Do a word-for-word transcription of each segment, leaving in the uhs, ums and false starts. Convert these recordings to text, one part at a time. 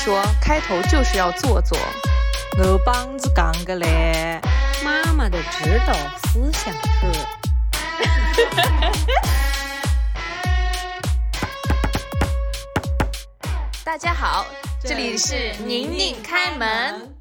说开头就是要做作。 我帮子讲个嘞， 妈妈的指导思想是。 大家好，这里是宁宁开门。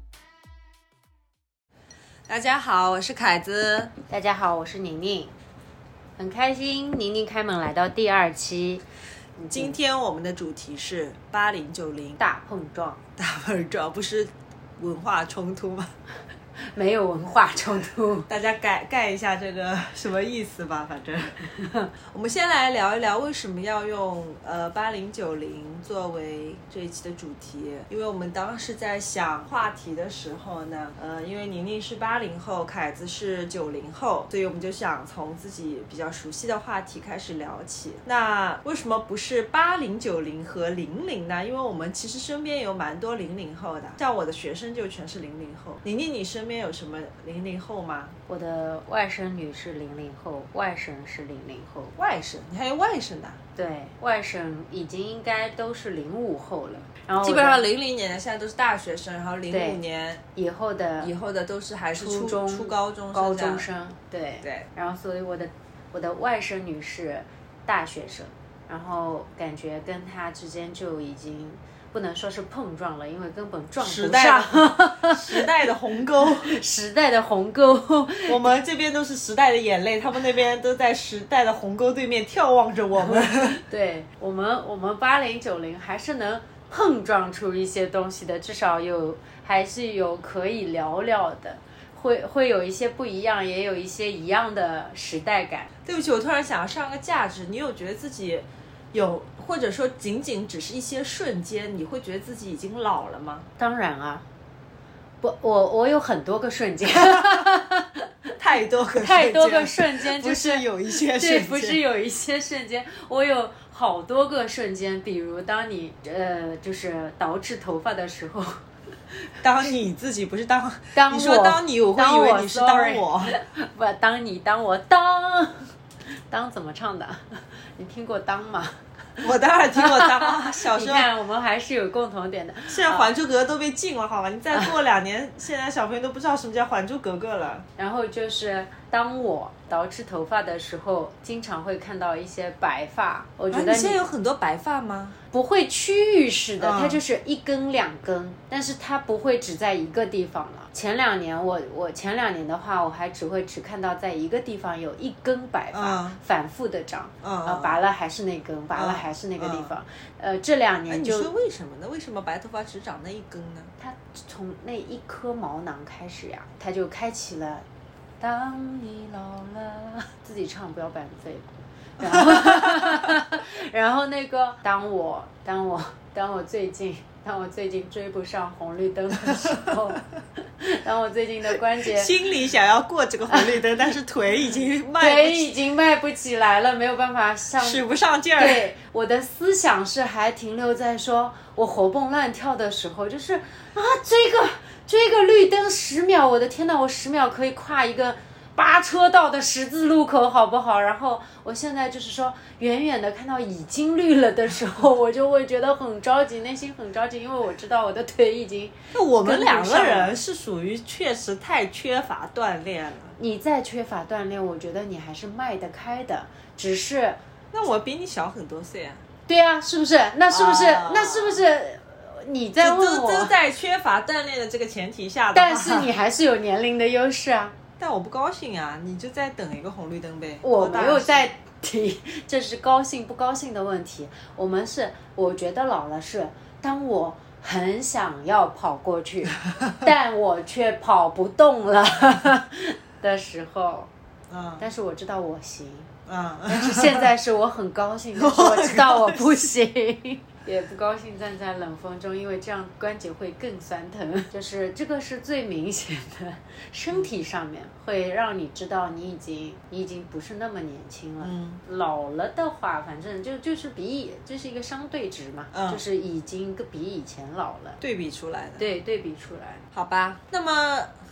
大家好，我是凯子。 大家好，我是宁宁。很开心宁宁开门来到第二期。 今天我们的主题是八零九零大碰撞。 大碰撞不是文化冲突吗？ 没有文化冲突， 大家盖盖一下这个什么意思吧。反正我们先来聊一聊为什么要用呃八零九零作为这一期的主题。因为我们当时在想话题的时候呢，呃，因为宁宁是八零后，凯子是九零后，所以我们就想从自己比较熟悉的话题开始聊起。那为什么不是八零九零和零零呢？因为我们其实身边有蛮多零零后的，像我的学生就全是零零后。宁宁，你身边有什么零零后吗？ 我的外甥女是零零后，外甥是零零后。 外甥？你还有外甥的？ 对，外甥已经应该都是零五后了。然后基本上零零年的现在都是大学生，然后零五年以后的以后的都是还是初初中、 初高中生高中生。对对。 然后所以我的我的外甥女是大学生，然后感觉跟她之间就已经不能说是碰撞了，因为根本撞不上。时代的时代的鸿沟， 时代的鸿沟。 我们这边都是时代的眼泪，他们那边都在时代的鸿沟对面眺望着我们。 对，我们我们八零九零还是能碰撞出一些东西的，至少有还是有可以聊聊的，会会有一些不一样，也有一些一样的时代感。 对不起，我突然想要上个价值，你有觉得自己有，或者说仅仅只是一些瞬间，你会觉得自己已经老了吗？ 当然啊，不，我我有很多个瞬间， 太多个瞬间太多个瞬间，就是不是有一些瞬间， 对，不是有一些瞬间，我有好多个瞬间。比如当你呃，就是捯饬头发的时候。 当你自己不是当当我你说当你，我会以为你是当我。 不，当你当我当当怎么唱的？你听过当吗？ 我当然听过当啊，小时候。 你看，我们还是有共同点的。 现在《还珠格格》都被禁了，好吧？你再过两年，现在小朋友都不知道什么叫《还珠格格》了。 然后就是当我捯饬头发的时候，经常会看到一些白发。我觉得 你,、 啊、你现在有很多白发吗？ 不会区域式的， 嗯、 它就是一根两根，但是它不会只在一个地方了。前两年我我前两年的话，我还只会只看到在一个地方有一根白发，嗯、反复的长， 嗯、 呃，拔了还是那根，拔了还是那个地方。嗯、呃，这两年就、 哎、你说为什么呢？为什么白头发只长那一根呢？ 它从那一颗毛囊开始呀，它就开启了。当你老了，自己唱不要版费。然后，然后那个，当我当我当我最近当我最近追不上红绿灯的时候，当我最近的关节心里想要过这个红绿灯，但是腿已经迈不腿已经迈不起来了，没有办法上， 使不上劲儿。 对，我的思想是还停留在说我活蹦乱跳的时候，就是啊，追个追个绿灯十秒，我的天哪，我十秒可以跨一个八车道的十字路口，好不好？然后我现在就是说，远远的看到已经绿了的时候，我就会觉得很着急，内心很着急，因为我知道我的腿已经。 那我们两个人是属于确实太缺乏锻炼了。 你再缺乏锻炼，我觉得你还是迈得开的，只是。 那我比你小很多岁啊。 对啊，是不是？那是不是？啊、那是不是？你在问我。 都在缺乏锻炼的这个前提下的话， 但是你还是有年龄的优势啊。 但我不高兴啊，你就在等一个红绿灯呗。 我没有在提，这是高兴不高兴的问题。我们是，我觉得老了是，当我很想要跑过去，但我却跑不动了的时候，嗯，但是我知道我行，嗯，但是现在是我很高兴，但是我知道我不行。也不高兴站在冷风中，因为这样关节会更酸疼。就是这个是最明显的，身体上面会让你知道你已经你已经不是那么年轻了。嗯，老了的话，反正就就是比这、就是一个相对值嘛，嗯、就是已经比以前老了， 对比出来的。 对，对比出来。 好吧，那么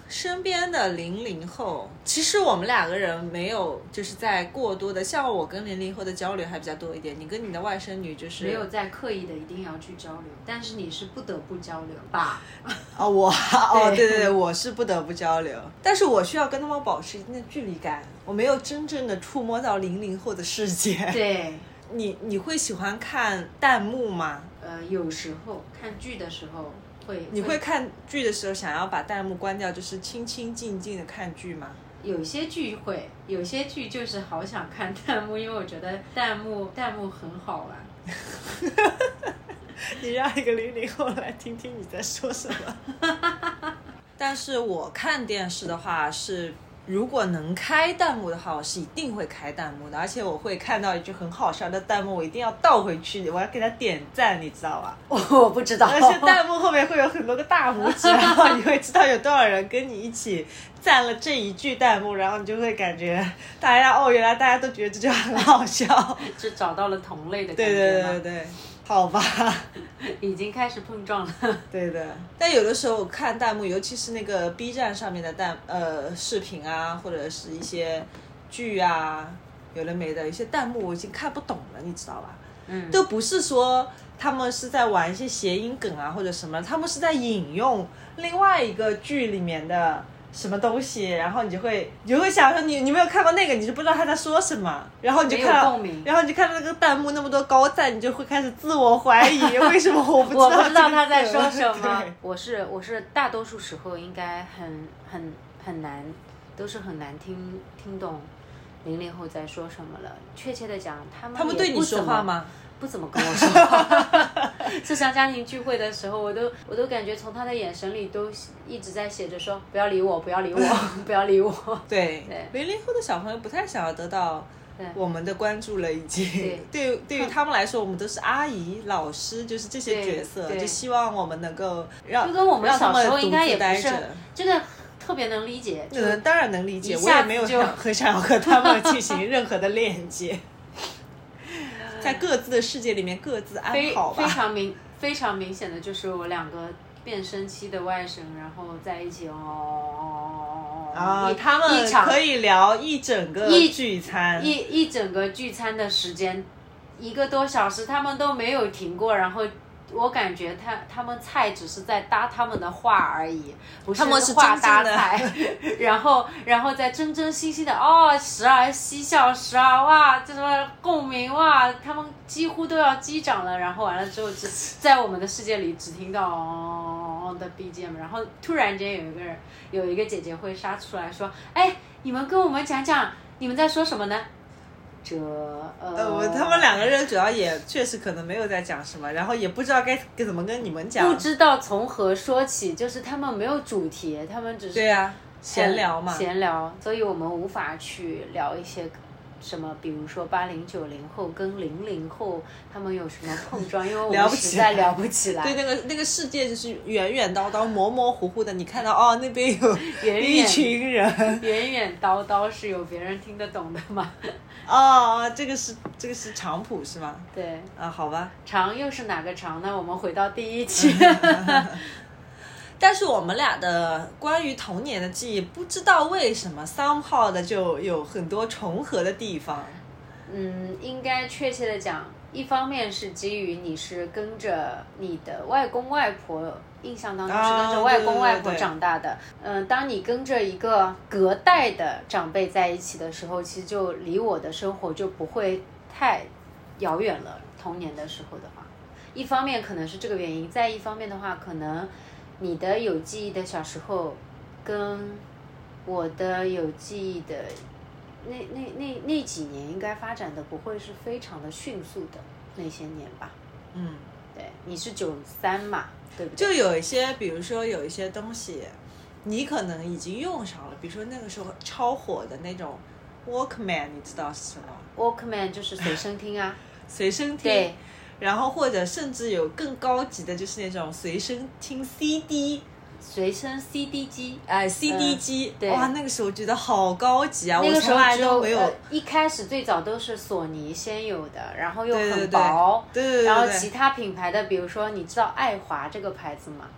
身边的零零后，其实我们两个人没有就是在过多的，像我跟零零后的交流还比较多一点，你跟你的外甥女就是没有在刻意的一定要去交流，但是你是不得不交流吧？ 哦，我哦，对对对，我是不得不交流，但是我需要跟他们保持一定的距离感，我没有真正的触摸到零零后的世界。 对， 你你会喜欢看弹幕吗？ 呃，有时候看剧的时候。 你会看剧的时候想要把弹幕关掉，就是清清静静的看剧吗？ 有些剧会，有些剧就是好想看弹幕，因为我觉得弹幕弹幕很好玩。 你让一个零零后来听听你在说什么。但是我看电视的话是，如果能开弹幕的话，我是一定会开弹幕的，而且我会看到一句很好笑的弹幕，我一定要倒回去，我要给他点赞，你知道吧？ 我不知道。 而且弹幕后面会有很多个大拇指，然后你会知道有多少人跟你一起赞了这一句弹幕，然后你就会感觉大家哦，原来大家都觉得这句很好笑， 就找到了同类的感觉。对对对对。好吧， 已经开始碰撞了。 对的，但有的时候看弹幕，尤其是那个 B 站上面的弹呃视频啊，或者是一些剧啊，有的没的，一些弹幕我已经看不懂了，你知道吧？嗯，都不是说他们是在玩一些谐音梗啊或者什么，他们是在引用另外一个剧里面的什么东西，然后你就会你就会想说你你没有看过那个，你就不知道他在说什么，然后你就看到然后你就看到那个弹幕那么多高赞，你就会开始自我怀疑，为什么我不知道我不知道他在说什么。我是我是大多数时候应该很很很难，都是很难听听懂零零后在说什么了。确切的讲，他们他们对你说话吗？ 不怎么跟我说话。就像家庭聚会的时候，我都我都感觉从他的眼神里都一直在写着说不要理我，不要理我，不要理我。 对，零零后的小朋友不太想要得到我们的关注了，已经。对，对，对于他们来说，我们都是阿姨、老师，就是这些角色，就希望我们能够让就跟我们小时候应该也不是这个。特别能理解， 嗯，当然能理解，我也没有很想要和他们进行任何的链接。在各自的世界里面各自安好吧。 非常明非常明显的就是我两个变声期的外甥，然后在一起哦啊，他们可以聊一整个聚餐， 一一整个聚餐的时间，一个多小时，他们都没有停过，然后。我感觉他他们菜只是在搭他们的话而已，不是话搭菜，然后然后再真真心心的哦，时而嬉笑，时而哇，这什么共鸣哇，他们几乎都要击掌了，然后完了之后只在我们的世界里只听到哦的 B G M， 然后突然间有一个人有一个姐姐会杀出来说，哎，你们跟我们讲讲你们在说什么呢？这呃， 他们两个人主要也确实可能没有在讲什么，然后也不知道该该怎么跟你们讲， 不知道从何说起，就是他们没有主题，他们只是对啊闲聊嘛， 闲聊，所以我们无法去聊一些什么，比如说八零九零后跟零零后他们有什么碰撞，因为我们实在聊不起来。 对，那个那个世界就是远远叨叨、模模糊糊的，你看到哦那边有一群人， 远远叨叨是有别人听得懂的吗？ 哦，这个是这个是长谱是吗？ 对啊，好吧。 长又是哪个长呢？我们回到第一期。 但是我们俩的关于童年的记忆，不知道为什么 somehow 的就有很多重合的地方。 嗯，应该确切的讲，一方面是基于你是跟着你的外公外婆。印象当中是跟着外公外婆长大的，嗯、呃，当你跟着一个隔代的长辈在一起的时候，其实就离我的生活就不会太遥远了。童年的时候的话，一方面可能是这个原因，再一方面的话，可能你的有记忆的小时候，跟我的有记忆的那那那那几年，应该发展的不会是非常的迅速的那些年吧？ 嗯， 对，你是九三嘛？对不对？就有一些，比如说有一些东西，你可能已经用上了，比如说那个时候超火的那种 Walkman， 你知道是什么 ？Walkman 就是随身听啊， 随身听。对。然后或者甚至有更高级的，就是那种随身听 C D， 随身 C D 机， 哎 ，C D 机、 嗯， 哇，那个时候觉得好高级啊！ 那个时候我从来都没有、呃。 一开始最早都是索尼先有的，然后又很薄， 对对对对对对对， 然后其他品牌的，比如说你知道爱华这个牌子吗？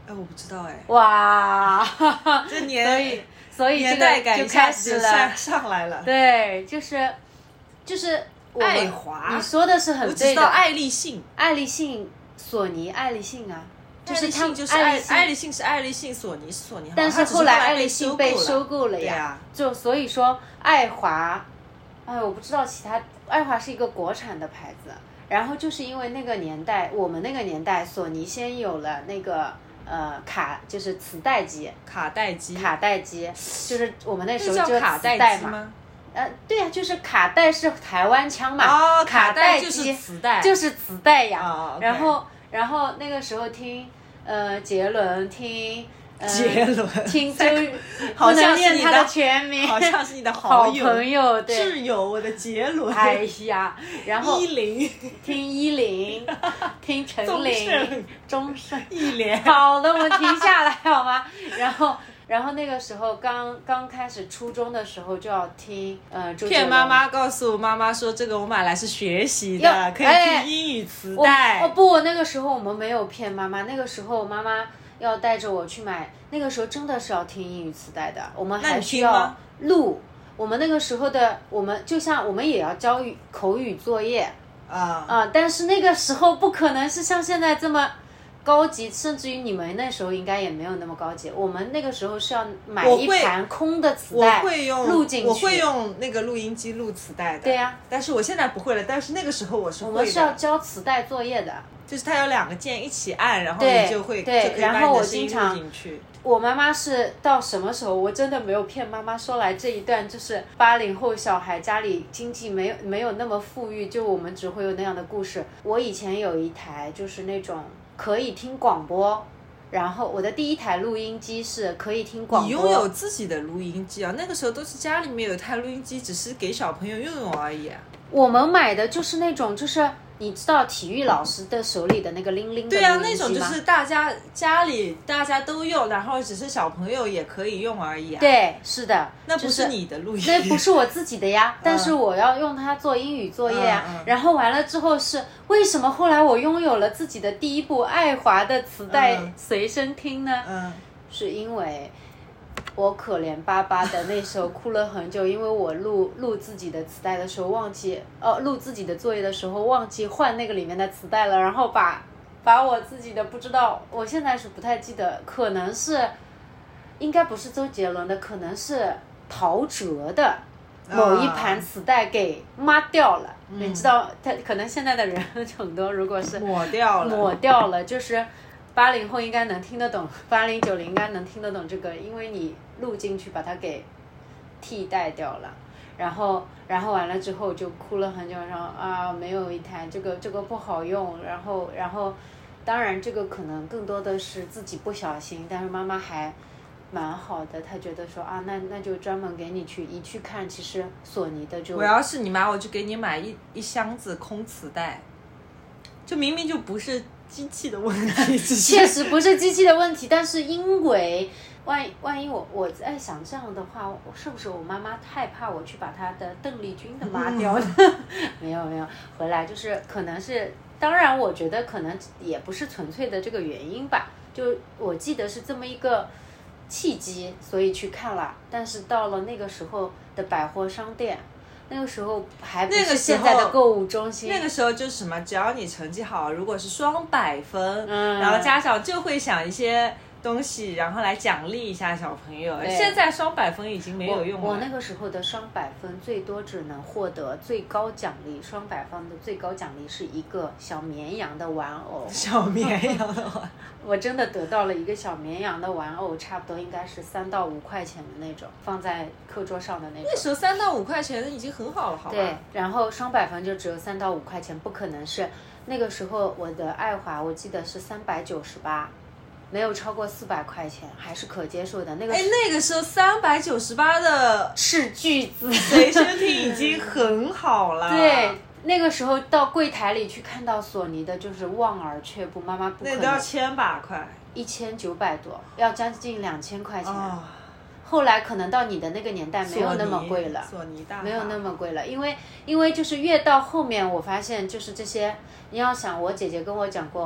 哎，我不知道哎。 哇， 这年所以所以这年代个就感一下开始了子就上上来了。 对，就是就是我们爱华你说的是我很对的。 只知道爱立信， 爱立信、索尼、爱立信啊，就是他们爱立信就是爱立信爱立信是爱立信，索尼是索尼， 但是后来爱立立信被收购了呀， 对啊， 就所以说爱华，哎，我不知道其他，爱华是一个国产的牌子，然后就是因为那个年代，我们那个年代，索尼先有了那个呃卡，就是磁带机， 卡带机， 卡带机，就是我们那时候那就磁叫卡带带嘛。 机吗？ 呃，对呀、啊，就是卡带是台湾腔嘛， 哦， 卡带机就是磁带， 就是磁带呀。 哦，okay， 然后，然后那个时候听呃杰伦，听呃杰伦， 听周， 好像不能念他是你的全名， 好像是你的好友、 朋友，对， 挚友，我的杰伦。 哎呀，然后依林， 听依林，听陈琳，钟盛， 一连。 好的，我们停下来好吗？然后。然后那个时候刚刚开始初中的时候就要听呃周杰伦。 骗妈妈告诉妈妈说这个我买来是学习要的，可以哎听英语磁带。 哦不，那个时候我们没有骗妈妈，那个时候妈妈要带着我去买，那个时候真的是要听英语磁带的，我们还需要录。我们那个时候的我们就像我们也要教语口语作业啊啊、呃，但是那个时候不可能是像现在这么。高级，甚至于你们那时候应该也没有那么高级。我们那个时候是要买一盘空的磁带， 我会用录进去。 我会用那个录音机录磁带的。 对呀、啊， 但是我现在不会了。但是那个时候我是会的。 我们是要交磁带作业的， 就是它有两个键一起按，然后你就会对， 就可以然后我把你的声音经常录进去。 我妈妈是到什么时候？我真的没有骗妈妈说来这一段就是八零后小孩家里经济没有没有那么富裕，就我们只会有那样的故事。我以前有一台就是那种。可以听广播，然后我的第一台录音机是可以听广播。 你拥有自己的录音机啊？那个时候都是家里面有一台录音机，只是给小朋友用用而已啊。 我们买的就是那种，就是你知道体育老师的手里的那个铃铃的录音机吗？ 对啊，那种就是大家家里大家都用，然后只是小朋友也可以用而已啊。 对，是的， 那不是你的录音， 那不是我自己的呀，但是我要用它做英语作业啊。 嗯嗯、 然后完了之后是为什么后来我拥有了自己的第一部爱华的磁带随身听呢？ 嗯， 是因为。我可怜巴巴的那时候哭了很久，因为我录录自己的磁带的时候忘记，呃，录自己的作业的时候忘记换那个里面的磁带了，然后把把我自己的不知道，我现在是不太记得，可能是应该不是周杰伦的，可能是陶喆的某一盘磁带给抹掉了， 嗯、 你知道，他可能现在的人很多，如果是抹掉了， 抹掉了，就是。八零后应该能听得懂，八零九零应该能听得懂这个，因为你录进去把它给替代掉了，然后然后完了之后就哭了很久，说啊没有一台这个这个不好用，然后然后当然这个可能更多的是自己不小心，但是妈妈还蛮好的，她觉得说啊那那就专门给你去一去看，其实索尼的就我要是你妈，我就给你买一一箱子空磁带，就明明就不是。机器的问题， 确实不是机器的问题，但是因为万万一我我在想这样的话，是不是我妈妈害怕我去把她的邓丽君的抹掉呢？嗯、没有没有，回来就是可能是，当然我觉得可能也不是纯粹的这个原因吧，就我记得是这么一个契机，所以去看了，但是到了那个时候的百货商店。那个时候还不是现在的购物中心， 那个时候就是什么，只要你成绩好，如果是双百分， 嗯、 然后家长就会想一些东西，然后来奖励一下小朋友。现在双百分已经没有用了。 我, 我那个时候的双百分最多只能获得最高奖励，双百分的最高奖励是一个小绵羊的玩偶。 小绵羊的玩偶， 我真的得到了一个小绵羊的玩偶，差不多应该是三到五块钱的那种，放在课桌上的那种。 那时候三到五块钱已经很好了，好吧？ 对，然后双百分就只有三到五块钱，不可能是那个时候我的爱华，我记得是三百九十八。没有超过四百块钱，还是可接受的。那个哎，那个时候三百九十八的是巨资， 随身听已经很好了。 对，那个时候到柜台里去看到索尼的，就是望而却步。妈妈不可能。 那都要千把块， 一千九百多，要将近两千块钱。 哦、 后来可能到你的那个年代没有那么贵了， 索尼大没有那么贵了，因为因为就是越到后面，我发现就是这些，你要想，我姐姐跟我讲过。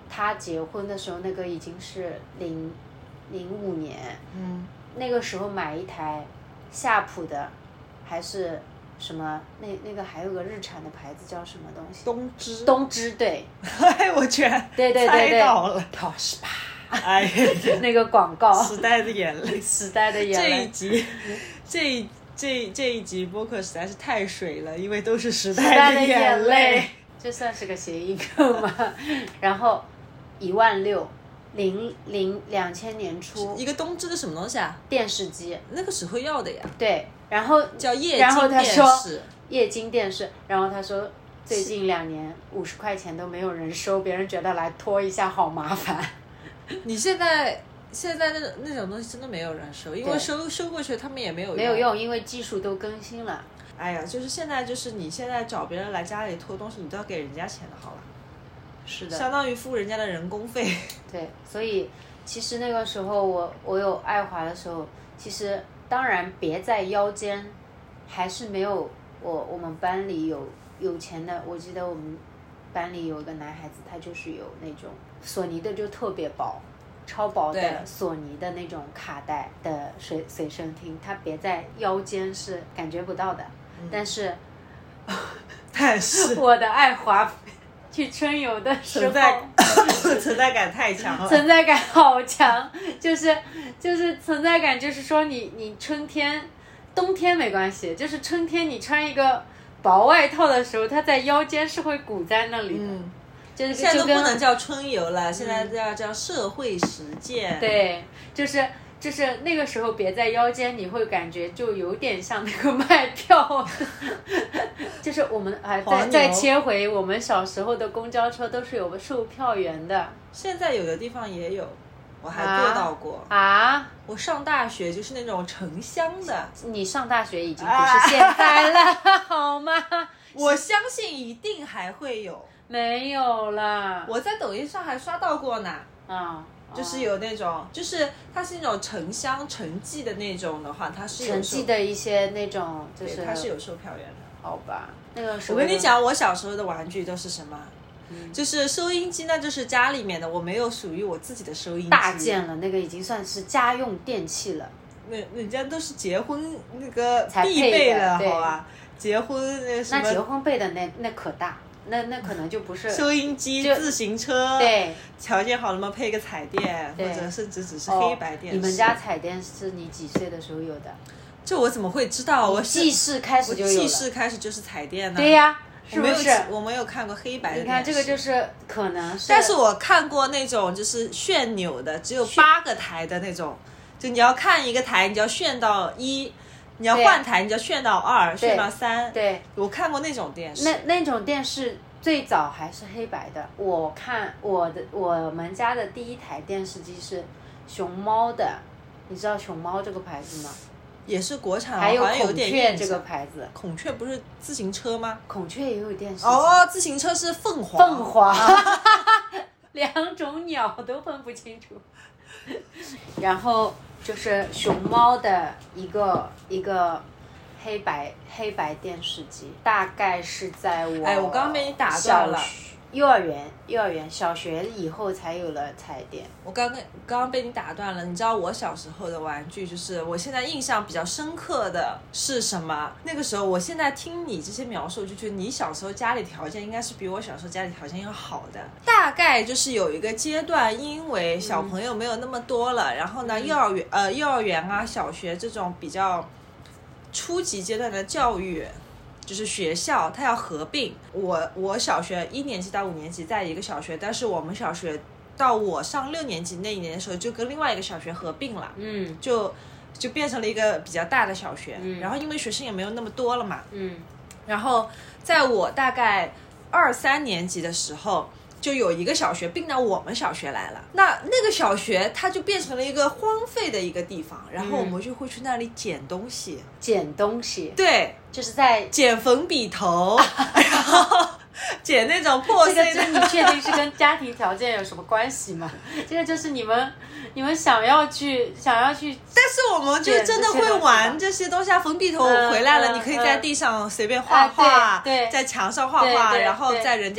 他结婚的时候，那个已经是零零五年， 嗯， 那个时候买一台夏普的，还是什么？那那个还有个日产的牌子叫什么东西？ 东芝。 东芝，对。 哎，我居然对对对对， 猜到了， 考试吧。 哎， 那个广告， 时代的眼泪， 时代的眼泪。 这一集，这一这这一集播客实在是太水了，因为都是时时代的的眼泪。 泪，这算是个谐音梗吗？然后一万六，零零两千年初， 一个东芝的什么东西啊？ 电视机， 那个时候要的呀。 对，然后叫液然后晶电他说视。 液晶电视，然后他说最近两年五十块钱都没有人收，别人觉得来拖一下好麻烦。 你现在现在那种那种东西真的没有人收，因为收收过去他们也没有用没有用，因为技术都更新了。 哎呀，就是现在就是你现在找别人来家里拖东西，你都要给人家钱的，好了。 是的， 相当于付人家的人工费。 对，所以其实那个时候我我有爱华的时候，其实当然别在腰间，还是没有我我们班里有有钱的，我记得我们班里有一个男孩子，他就是有那种索尼的就特别薄。超薄的索尼的那种卡带的随随身听，它别在腰间是感觉不到的，嗯、但是， 但是我的爱华去春游的时候， 存在存在感太强了， 存在感好强，就是就是存在感，就是说你你春天、冬天没关系，就是春天你穿一个薄外套的时候，它在腰间是会鼓在那里的。嗯，就是现在都不能叫春游了，嗯、现在要叫社会实践。 对，就是就是那个时候别在腰间，你会感觉就有点像那个卖票的，就是我们还再再切回我们小时候的公交车都是有售票员的， 现在有的地方也有，我还做到过啊。啊我上大学就是那种城乡的， 你上大学已经不是现在了，啊、好吗？ 我相信一定还会有。 没有啦， 我在抖音上还刷到过呢。 啊， 就是有那种，就是它是那种城乡城际的那种的话，它是有城际的一些那种，就是它是有售票员的。 好吧，那个时候我跟你讲，我小时候的玩具都是什么？嗯、就是收音机，那就是家里面的，我没有属于我自己的收音机。 大件了，那个已经算是家用电器了。 那人家都是结婚那个必备的，好吧？结婚那什么？ 那结婚备的那那可大。那那可能就不是收音机、自行车， 对， 条件好了嘛，配个彩电，或者甚至只是黑白电视。 哦、你们家彩电是你几岁的时候有的？ 这我怎么会知道？我记事开始就有了。 记事开始就是彩电呢。 对呀、啊，是不是？ 我没有看过黑白的。 你看这个就是可能是， 但是我看过那种就是旋钮的，只有八个台的那种，就你要看一个台，你就要旋到一。你要换台，你就要旋到二，旋到三。 对， 我看过那种电视。 那那种电视最早还是黑白的。我看我的我们家的第一台电视机是熊猫的，你知道熊猫这个牌子吗？ 也是国产， 还有孔雀这个牌子。 孔雀不是自行车吗？ 孔雀也有电视机。 哦，自行车是凤凰。 凤凰，两种鸟都分不清楚。然后。就是熊猫的一个一个黑白黑白电视机，大概是在我哎，我刚刚被你打断了。 幼儿园幼儿园小学以后才有了彩电。 我刚刚刚刚被你打断了。你知道我小时候的玩具，就是我现在印象比较深刻的是什么？那个时候，我现在听你这些描述，就觉得你小时候家里条件应该是比我小时候家里条件要好的。大概就是有一个阶段，因为小朋友没有那么多了，嗯、然后呢，幼儿园呃幼儿园啊、小学这种比较初级阶段的教育。就是学校它要合并，我我小学一年级到五年级在一个小学，但是我们小学到我上六年级那一年的时候就跟另外一个小学合并了， 嗯， 就就变成了一个比较大的小学， 嗯， 然后因为学生也没有那么多了嘛， 嗯， 然后在我大概二三年级的时候。就有一个小学并到我们小学来了，那那个小学它就变成了一个荒废的一个地方，然后我们就会去那里捡东西， 嗯、捡东西， 对， 就是在捡粉笔头，然后捡那种破碎的。 这个，你确定是跟家庭条件有什么关系吗？这个就是你们你们想要去想要去， 但是我们就真的会玩这些东西啊！粉笔头回来了，嗯、你可以在地上随便画画， 嗯、对， 在墙上画画，然后在人家。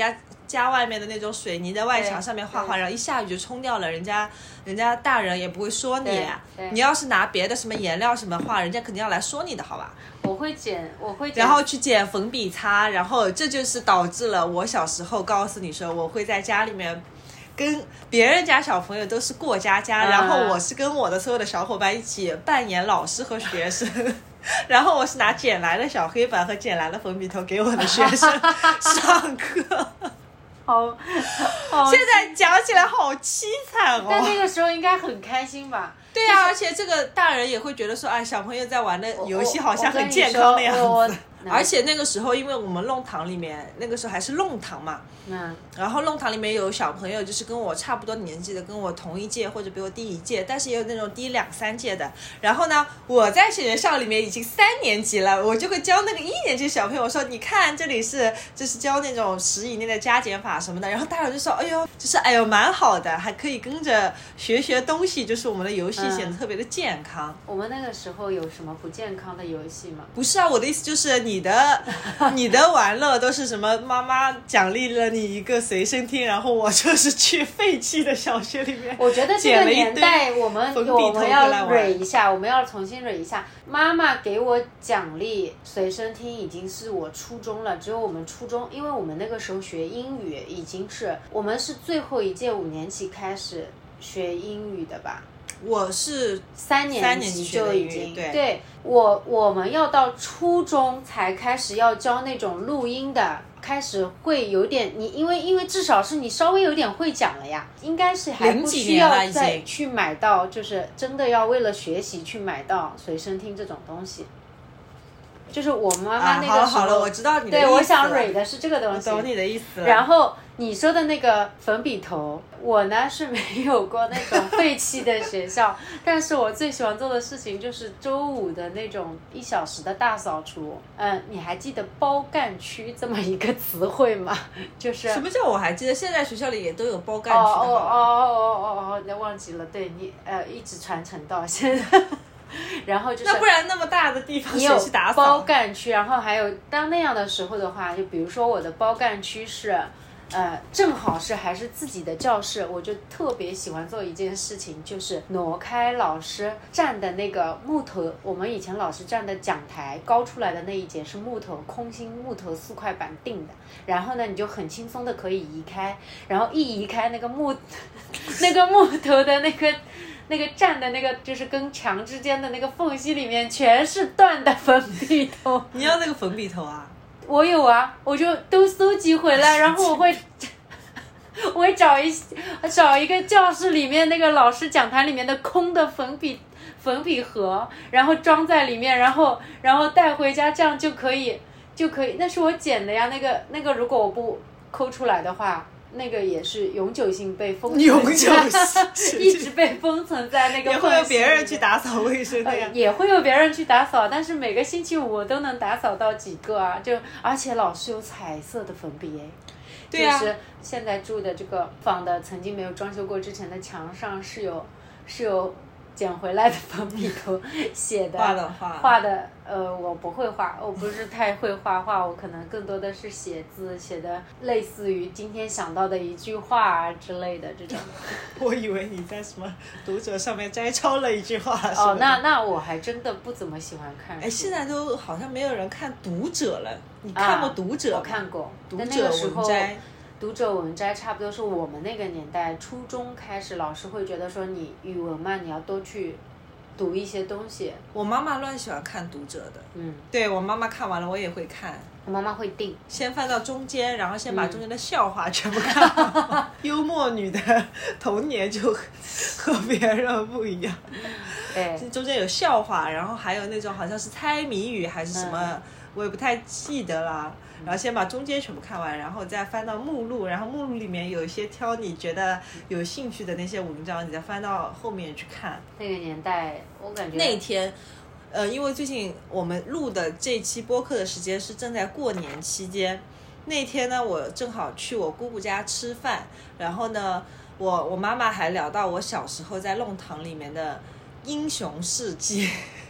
家外面的那种水泥的外墙上面画画，然后一下雨就冲掉了，人家人家大人也不会说你。你要是拿别的什么颜料什么画，人家肯定要来说你的，好吧？ 我会捡，我会捡， 然后去捡粉笔擦，然后这就是导致了我小时候告诉你说我会在家里面跟别人家小朋友都是过家家、嗯、然后我是跟我的所有的小伙伴一起扮演老师和学生然后我是拿捡来的小黑板和捡来的粉笔头给我的学生上课好, 好现在讲起来好凄惨哦。 但那个时候应该很开心吧？ 对啊、就是、而且这个大人也会觉得说，哎，小朋友在玩的游戏好像很健康的样子。而且那个时候因为我们弄堂里面那个时候还是弄堂嘛， 嗯， 然后弄堂里面有小朋友就是跟我差不多年纪的，跟我同一届或者比我低一届，但是也有那种低两三届的。然后呢我在学校里面已经三年级了，我就会教那个一年级小朋友说，你看这里是就是教那种十以内的加减法什么的，然后大人就说，哎呦就是哎呦蛮好的，还可以跟着学学东西，就是我们的游戏显得特别的健康、嗯、 我们那个时候有什么不健康的游戏吗？ 不是啊，我的意思就是你的你的玩乐都是什么？妈妈奖励了你一个随身听，然后我就是去废弃的小学里面。 我觉得这个年代我们我们要蕊一下，我们要重新蕊一下。妈妈给我奖励随身听已经是我初中了，只有我们初中，因为我们那个时候学英语已经是我们是最后一届五年级开始学英语的吧。 我是三年级就已经对, 对我我们要到初中才开始要教那种录音的，开始会有点你因为因为至少是你稍微有点会讲了呀，应该是还不需要再去买到，就是真的要为了学习去买到随身听这种东西。就是我妈妈那个时候、啊、好了好了， 我知道你的意思了。 对，我想蕊的是这个东西。 我懂你的意思了。 然后你说的那个粉笔头，我呢是没有过那种废弃的学校但是我最喜欢做的事情就是周五的那种一小时的大扫除。嗯，你还记得包干区这么一个词汇吗？就是什么叫我还记得？现在学校里也都有包干区的。 哦哦哦哦哦哦，忘记了。对你呃一直传承到现在。然后就是那不然那么大的地方谁去打扫？ 包干区，然后还有当那样的时候的话，就比如说我的包干区是呃，正好是还是自己的教室，我就特别喜欢做一件事情，就是挪开老师站的那个木头，我们以前老师站的讲台高出来的那一节是木头空心木头四块板定的，然后呢你就很轻松的可以移开，然后一移开那个木那个木头的那个那个站的那个就是跟墙之间的那个缝隙里面全是断的粉笔头。 你要那个粉笔头啊？ 我有啊，我就都搜集回来，然后我会我会找一找一个教室里面那个老师讲台里面的空的粉笔粉笔盒，然后装在里面，然后然后带回家，这样就可以就可以。那是我捡的呀，那个那个如果我不抠出来的话，那个也是永久性被封存， 永久性一直被封存在那个。 也会有别人去打扫卫生的呀、 呃，也会有别人去打扫，但是每个星期五我都能打扫到几个啊！就而且老是有彩色的粉笔哎， 对啊， 就是现在住的这个房的曾经没有装修过之前的墙上是有是有捡回来的粉笔头写的画的画画的呃，我不会画，我不是太会画画，我可能更多的是写字，写的类似于今天想到的一句话啊之类的这种。 我以为你在什么读者上面摘抄了一句话。 哦，那那我还真的不怎么喜欢看书。 哎，现在都好像没有人看读者了，你看过读者吗？ 啊、我看过， 读者文摘。 读者文摘差不多是我们那个年代初中开始，老师会觉得说你语文嘛，你要多去读一些东西。 我妈妈乱喜欢看读者的， 嗯， 对，我妈妈看完了我也会看。 我妈妈会定， 先翻到中间，然后先把中间的笑话全部看好、嗯、幽默女的童年就和别人不一样。 对， 中间有笑话，然后还有那种好像是猜谜语还是什么、嗯、我也不太记得了，然后先把中间全部看完，然后再翻到目录，然后目录里面有一些挑你觉得有兴趣的那些文章，你再翻到后面去看。 那个年代我感觉那天呃，因为最近我们录的这期播客的时间是正在过年期间，那天呢我正好去我姑姑家吃饭，然后呢我我妈妈还聊到我小时候在弄堂里面的英雄事迹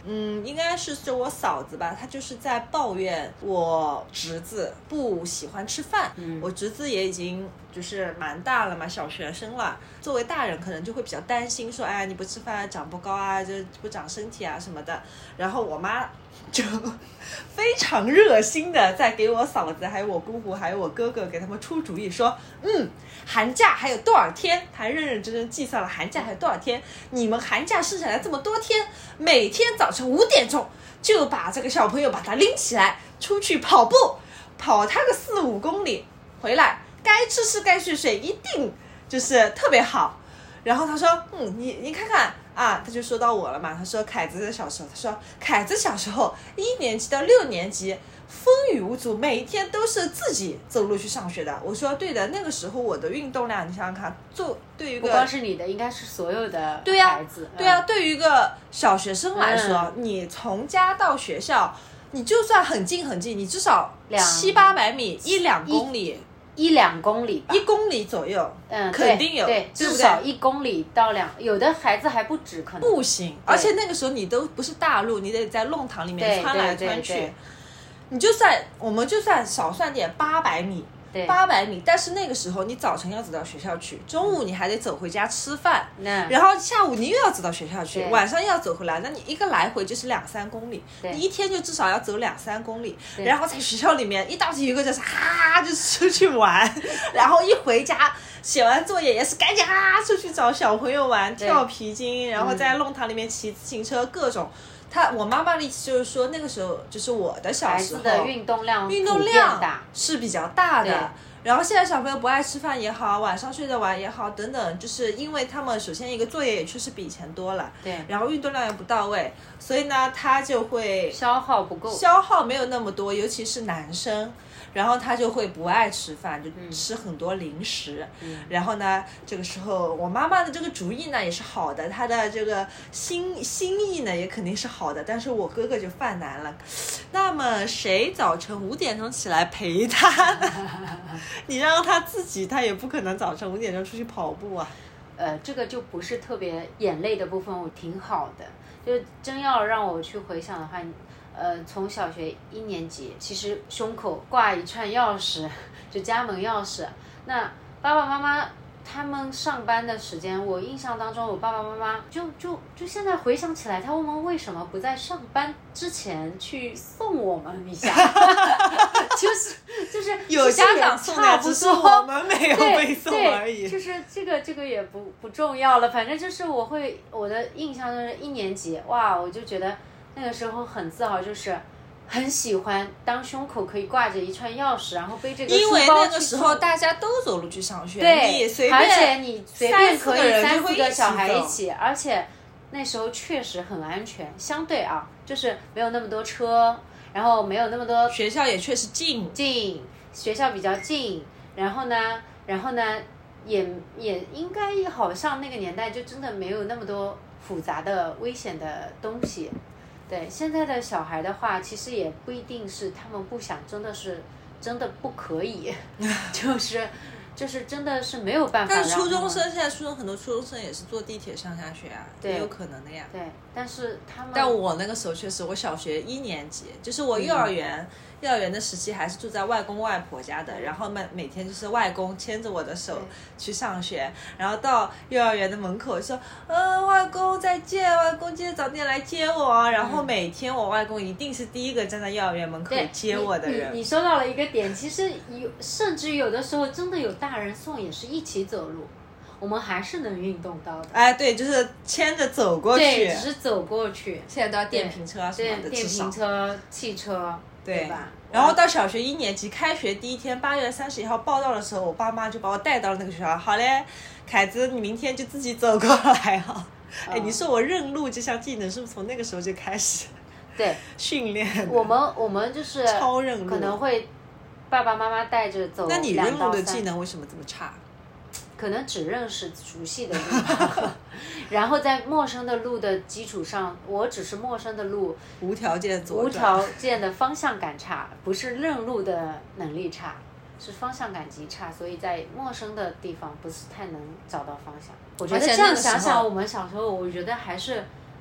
嗯，应该是是我嫂子吧，她就是在抱怨我侄子不喜欢吃饭。嗯，我侄子也已经就是蛮大了嘛，小学生了。作为大人可能就会比较担心说，哎，你不吃饭长不高啊，就不长身体啊什么的。然后我妈就非常热心的在给我嫂子还有我姑姑还有我哥哥给他们出主意说，嗯，寒假还有多少天，还认认真真计算了寒假还有多少天，你们寒假剩下来这么多天，每天早晨五点钟就把这个小朋友把他拎起来出去跑步，跑他个四五公里回来，该吃吃该睡睡，一定就是特别好。然后他说，嗯，你你看看啊，他就说到我了嘛。他说凯子的小时候，他说凯子小时候一年级到六年级风雨无阻，每一天都是自己走路去上学的。我说对的，那个时候我的运动量，你想想看，做对于一个不光是你的，应该是所有的对呀、 孩子。 对呀、嗯，对于一个小学生来说， 嗯、 你从家到学校，你就算很近很近，你至少七八百米，一两公里。 一两公里吧， 一公里左右， 嗯， 肯定有， 对，对，至少一公里到两，有的孩子还不止，可能步行，而且那个时候你都不是大路，你得在弄堂里面穿来穿去，你就算我们就算少算点八百米，八百米，但是那个时候你早晨要走到学校去，中午你还得走回家吃饭， 嗯、 然后下午你又要走到学校去，晚上又要走回来，那你一个来回就是两三公里，你一天就至少要走两三公里，然后在学校里面一到体育课就是啊就出去玩，然后一回家写完作业也是赶紧啊出去找小朋友玩，跳皮筋，然后在弄堂里面骑自行车，各种。他我妈妈的意思就是说，那个时候就是我的小时候， 孩子的运动量运动量是比较大的。然后现在小朋友不爱吃饭也好，晚上睡得晚也好，等等，就是因为他们首先一个作业也确实比以前多了， 对， 然后运动量也不到位，所以呢，他就会消耗不够， 消耗没有那么多，尤其是男生。然后他就会不爱吃饭，就吃很多零食、嗯、然后呢这个时候我妈妈的这个主意呢也是好的，她的这个心心意呢也肯定是好的，但是我哥哥就犯难了。那么谁早晨五点钟起来陪他呢？你让他自己，他也不可能早晨五点钟出去跑步啊。 呃，这个就不是特别眼泪的部分，我挺好的。就真要让我去回想的话，呃，从小学一年级，其实胸口挂一串钥匙，就家门钥匙。那爸爸妈妈他们上班的时间，我印象当中，我爸爸妈妈就就就现在回想起来，他们为什么不在上班之前去送我们一下？就是就是有家长送的，只是我们没有被送而已。 就是这个这个也不不重要了，反正就是我会我的印象就是一年级，哇，我就觉得那个时候很自豪，就是很喜欢当胸口可以挂着一串钥匙，然后背这个书包去。 因为那个时候大家都走路去上学， 对， 你随便而且你随便可以三四个小孩一起，而且那时候确实很安全，相对啊，就是没有那么多车，然后没有那么多， 学校也确实近近，学校比较近，然后呢，然后呢，也也应该好像那个年代就真的没有那么多复杂的危险的东西。对，现在的小孩的话，其实也不一定是他们不想，真的是真的不可以，就是就是真的是没有办法让。 但初中生现在初中很多初中生也是坐地铁上下学啊，也有可能的呀。 对，但是他们。 但我那个时候确实，我小学一年级，就是我幼儿园。嗯幼儿园的时期还是住在外公外婆家的，然后每每天就是外公牵着我的手去上学，然后到幼儿园的门口说，呃，外公再见，外公今天早点来接我。然后每天我外公一定是第一个站在幼儿园门口接我的人。 你, 你, 你说到了一个点，其实有甚至有的时候真的有大人送也是一起走路，我们还是能运动到的。 哎，对，就是牵着走过去， 对，只是走过去。 现在都要电瓶车啊什么的， 电瓶车、汽车。对吧？ 然后到小学一年级开学第一天，八月三十一号报到的时候，我爸妈就把我带到了那个学校。好嘞，凯子，你明天就自己走过来哈。哎、嗯，你说我认路这项技能是不是从那个时候就开始？ 对， 训练。 我们我们就是超认路， 可能会爸爸妈妈带着走。 那你认路的技能为什么这么差？ 可能只认识熟悉的路，然后在陌生的路的基础上，我只是陌生的路， 无条件左转， 无条件的方向感差，不是认路的能力差，是方向感极差，所以在陌生的地方不是太能找到方向。我觉得这样想想，我们小时候，我觉得还是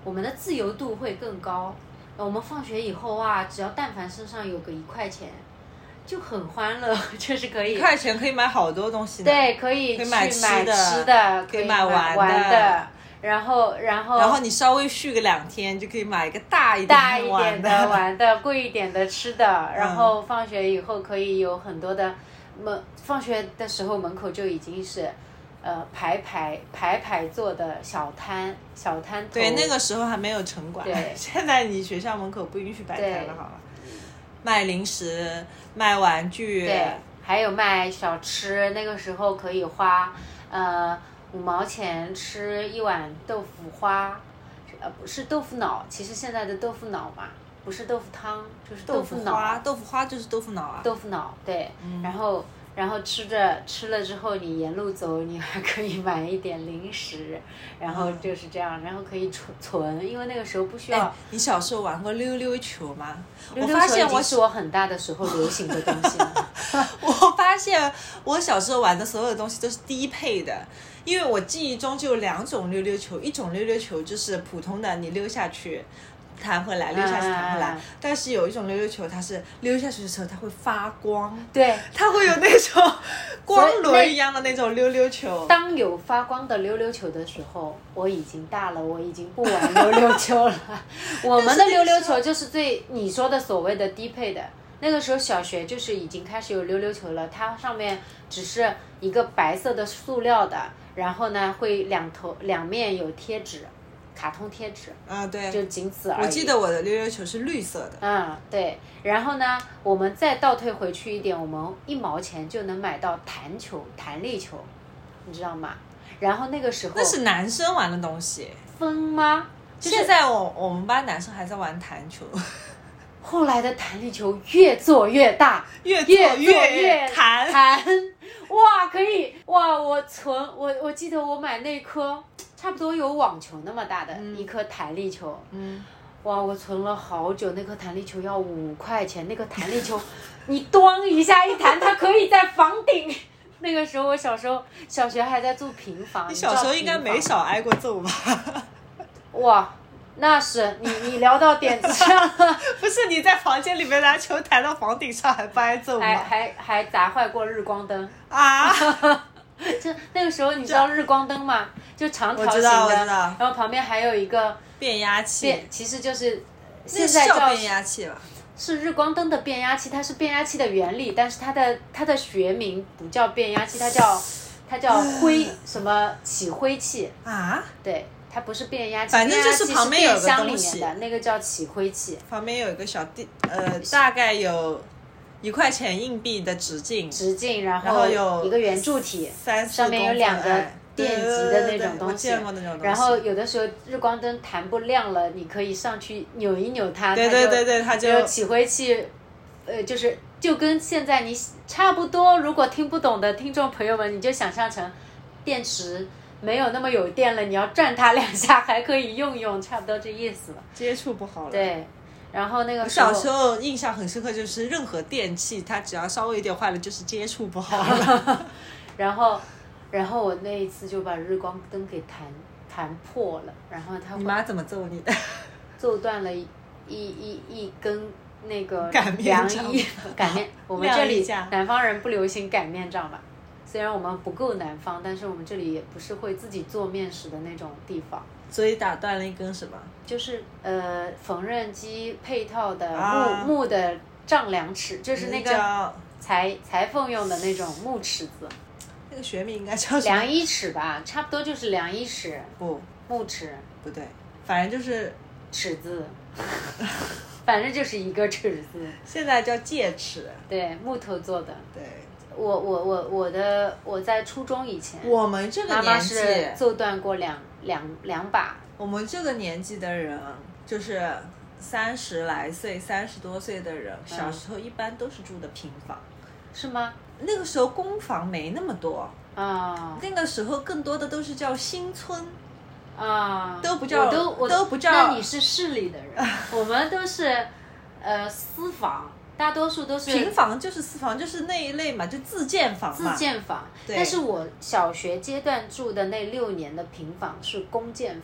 我们的自由度会更高。我们放学以后啊，只要但凡身上有个一块钱，就很欢乐，就是可以一块钱可以买好多东西呢。 对，可以去买吃的， 吃的可以买玩的, 玩的然后然后然后你稍微续个两天，就可以买一个大一点大一点的玩的，贵一点的吃的。然后放学以后可以有很多的门，放学的时候门口就已经是。呃，排排排排坐的小摊小摊头。 对，那个时候还没有城管。 对， 现在你学校门口不允许摆摊了，好了。卖零食，卖玩具。 对，还有卖小吃。那个时候可以花呃五毛钱吃一碗豆腐花，呃不是豆腐脑，其实现在的豆腐脑嘛，不是豆腐汤，就是豆腐脑。 豆腐花，豆腐花就是豆腐脑啊。 豆腐脑，对，嗯、然后。然后吃着吃了之后，你沿路走，你还可以买一点零食，然后就是这样，然后可以存存，因为那个时候不需要。 哎、你小时候玩过溜溜球吗？ 溜溜球已经是我很大的时候流行的东西了。 我发现我小时候玩的所有的东西都是低配的，因为我记忆中就有两种溜溜球，一种溜溜球就是普通的，你溜下去。弹回来，溜下去弹回来、嗯，但是有一种溜溜球，它是溜下去的时候它会发光， 对， 它会有那种光轮一样的那种溜溜球。 当有发光的溜溜球的时候，我已经大了，我已经不玩溜溜球了。我们的溜溜球就是最你说的所谓的低配的，那个时候小学就是已经开始有溜溜球了，它上面只是一个白色的塑料的，然后呢会两头两面有贴纸。卡通贴纸啊，对， 就仅此而已。 我记得我的溜溜球是绿色的。 嗯，对。然后呢，我们再倒退回去一点，我们一毛钱就能买到弹球、弹力球，你知道吗？然后那个时候那是男生玩的东西。 分吗？就是、 现在我我们班男生还在玩弹球。 后来的弹力球越做越大， 越做越, 越, 越弹弹，哇，可以哇！我存我我记得我买那颗。差不多有网球那么大的一颗弹力球， 嗯， 哇，我存了好久，那颗弹力球要五块钱，那个弹力球，你咣一下一弹，它可以在房顶。那个时候我小时候小学还在住平房， 你小时候应该没少挨过揍吧？ 哇，那是你你聊到点子上了。 不是你在房间里面拿球弹到房顶上还不挨揍吗？ 还还还砸坏过日光灯啊！ 就那个时候你知道日光灯吗？就长条形的，然后旁边还有一个变压器， 变其实就是现在叫变压器了， 是日光灯的变压器，它是变压器的原理，但是它的它的学名不叫变压器，它叫它叫灰什么起灰器啊？ 对，它不是变压器， 反正就是旁边有个东西， 变箱里面的那个叫起灰器， 旁边有一个小地呃，大概有。一块钱硬币的直径， 直径，然后有一个圆柱体， 三上面有两个电极的那种东西。 对对对，我见过那种东西。 然后有的时候日光灯弹不亮了，你可以上去扭一扭它， 对对对对，它就有起灰器，呃，就是就跟现在你差不多。如果听不懂的听众朋友们，你就想象成电池没有那么有电了，你要转它两下还可以用用，差不多这意思了。 接触不好了。 对。然后那个时候小时候印象很深刻，就是任何电器它只要稍微有点坏了，就是接触不好了。 然后，然后我那一次就把日光灯给弹弹破了，然后他你妈怎么揍你的？ 揍断了一一一一根那个凉衣擀面。我们这里南方人不流行擀面杖吧？虽然我们不够南方，但是我们这里也不是会自己做面食的那种地方。 所以打断了一根什么？ 就是呃缝纫机配套的木、 啊、 木的丈量尺，就是那个裁裁缝用的那种木尺子。 那个学名应该叫什么？ 量衣尺吧，差不多就是量衣尺。 不， 木尺不对，反正就是尺子，反正就是一个尺子。 现在叫戒尺。 对，木头做的。 对。 我我我我的我在初中以前， 我们这个年纪妈妈是揍断过两两两把。 我们这个年纪的人，就是三十来岁、三十多岁的人， 嗯、 小时候一般都是住的平房， 是吗？ 那个时候公房没那么多啊， 那个时候更多的都是叫新村啊， 都不叫， 我都我都不叫。 那你是市里的人，我们都是呃私房。大多数都是平房，就是私房，就是那一类嘛，就自建房嘛。 自建房，但是我小学阶段住的那六年的平房是公建房。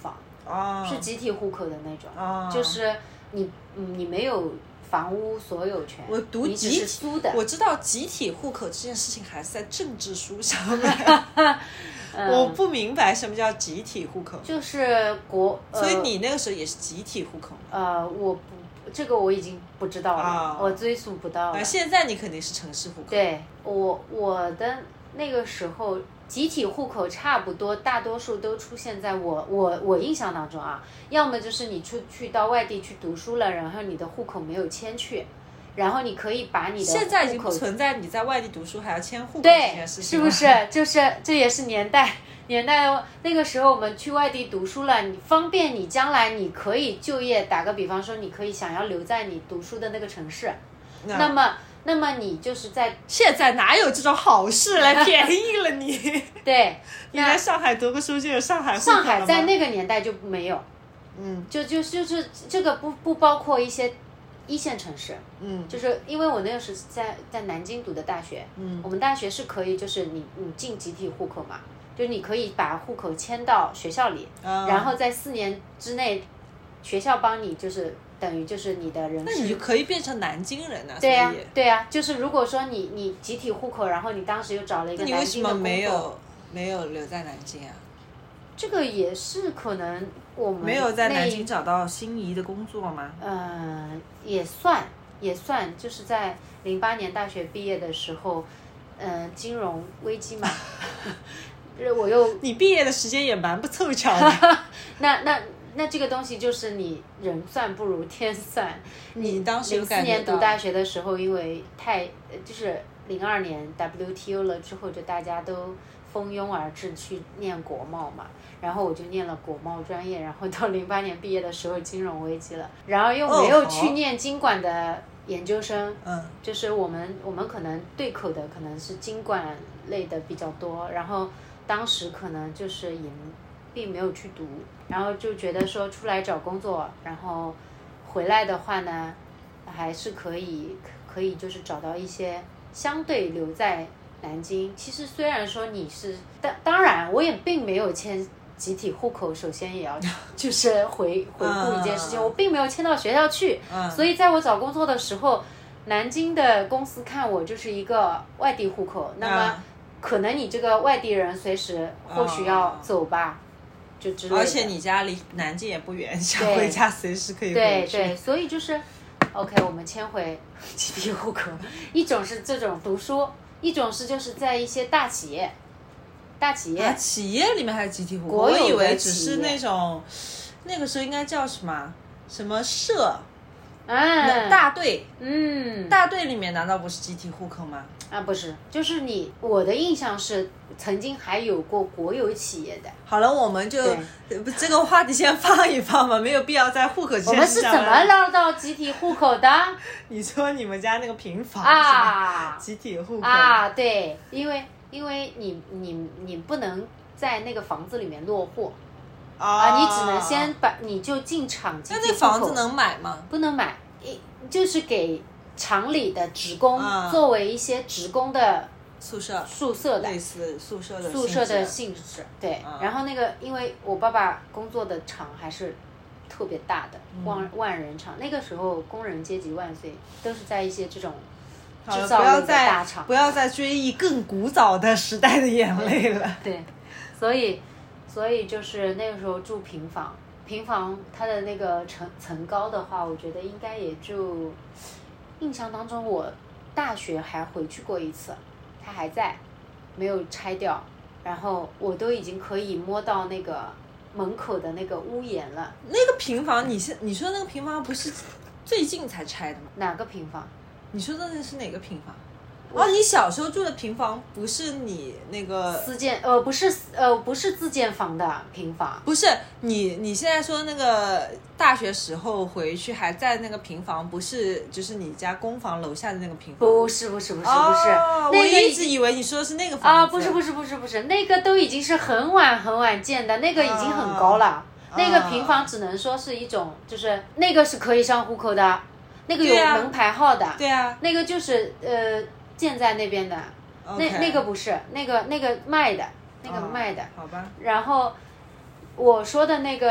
哦， 是集体户口的那种， 哦， 就是你嗯你没有房屋所有权， 我读你只集体是租的。 我知道集体户口这件事情还是在政治书上面， 嗯、 我不明白什么叫集体户口。 就是国，呃、 所以你那个时候也是集体户口吗？ 呃，我不，这个我已经不知道了， 哦我追溯不到了。 啊，现在你肯定是城市户口。 对我我的那个时候，集体户口差不多，大多数都出现在我我我印象当中啊，要么就是你出去到外地去读书了，然后你的户口没有迁去，然后你可以把你的现在已经户口不存在你在外地读书还要迁户口这件对， 事情是不是？就是这也是年代年代哦。那个时候我们去外地读书了，你方便你将来你可以就业。打个比方说，你可以想要留在你读书的那个城市， 那那么那么你就是在现在哪有这种好事来便宜了你？ 对， 你在上海读个书就有上海户口了吗？ 上海在那个年代就没有， 嗯， 就就就是这个不不包括一些一线城市， 嗯， 就是因为我那个时在在南京读的大学， 嗯， 我们大学是可以，就是你你进集体户口嘛，就是你可以把户口迁到学校里， 啊然后在四年之内，学校帮你就是等于就是你的人事， 那你就可以变成南京人啊。 对呀、 所以对呀、就是如果说你你集体户口，然后你当时又找了一个那你为什么南京的工作， 没有没有留在南京啊？ 这个也是可能我们没有在南京那找到心仪的工作吗？ 呃，也算也算，就是在零八年大学毕业的时候，呃，金融危机嘛，我又你毕业的时间也蛮不凑巧的。 那那那这个东西就是你人算不如天算。 你当时有零四感觉到年读大学的时候，因为太呃就是零二年 W T O 了之后，就大家都蜂拥而至去念国贸嘛，然后我就念了国贸专业，然后到零八年毕业的时候金融危机了，然后又没有哦去念经管的研究生， 嗯， 就是我们我们可能对口的可能是经管类的比较多，然后当时可能就是也并没有去读，然后就觉得说出来找工作，然后回来的话呢，还是可以可以就是找到一些相对留在南京。其实虽然说你是当当然我也并没有迁集体户口，首先也要就是回回顾一件事情， 嗯我并没有迁到学校去， 嗯所以在我找工作的时候，南京的公司看我就是一个外地户口，那么嗯可能你这个外地人随时或许要走吧，就之类的。 而且你家离南京也不远，想对回家随时可以回去。 对对，所以就是 OK， 我们迁回集体户口。一种是这种读书，一种是就是在一些大企业，大企业、 啊，企业里面还是集体户口？ 国有的我以为只企业是那种，那个时候应该叫什么什么社、 嗯大队， 嗯大队里面难道不是集体户口吗？ 啊不是，就是你我的印象是曾经还有过国有企业的。 好了，我们就对不这个话题先放一放吧，没有必要在户口这我们是件事上。 怎么捞到集体户口的？ 你说你们家那个平房啊是吧？集体户口啊，对，因为因为你你你不能在那个房子里面落户啊啊，你只能先把你就进厂集那体户口那房子能买吗？ 不能买，一就是给厂里的职工、 啊作为一些职工的宿舍宿舍的类似宿舍的宿舍的性质性质，对。 啊然后那个，因为我爸爸工作的厂还是特别大的， 嗯万万人厂。那个时候工人阶级万岁，都是在一些这种好了， 制造类的不要再大厂。 不要再追忆更古早的时代的眼泪了。 对，所以所以就是那个时候住平房，平房它的那个层层高的话，我觉得应该也就印象当中，我大学还回去过一次，它还在，没有拆掉，然后我都已经可以摸到那个门口的那个屋檐了。 那个平房，你现你说那个平房不是最近才拆的吗？ 哪个平房？ 你说的那是哪个平房？哦，你小时候住的平房不是你那个， 私建呃不是呃不是自建房的平房， 不是你你现在说那个大学时候回去还在那个平房，不是就是你家公房楼下的那个平房？ 不是不是不是不是， 哦、 那个我一已经直以为你说的是那个房子啊，不是不是不是不是，那个都已经是很晚很晚建的，那个已经很高了。 啊、 那个平房只能说是一种，就是那个是可以上户口的，那个有门牌号的。 对啊， 那个就是呃建在那边的， okay. 那那个不是，那个那个卖的，那个卖的。 哦、好吧。 然后我说的那个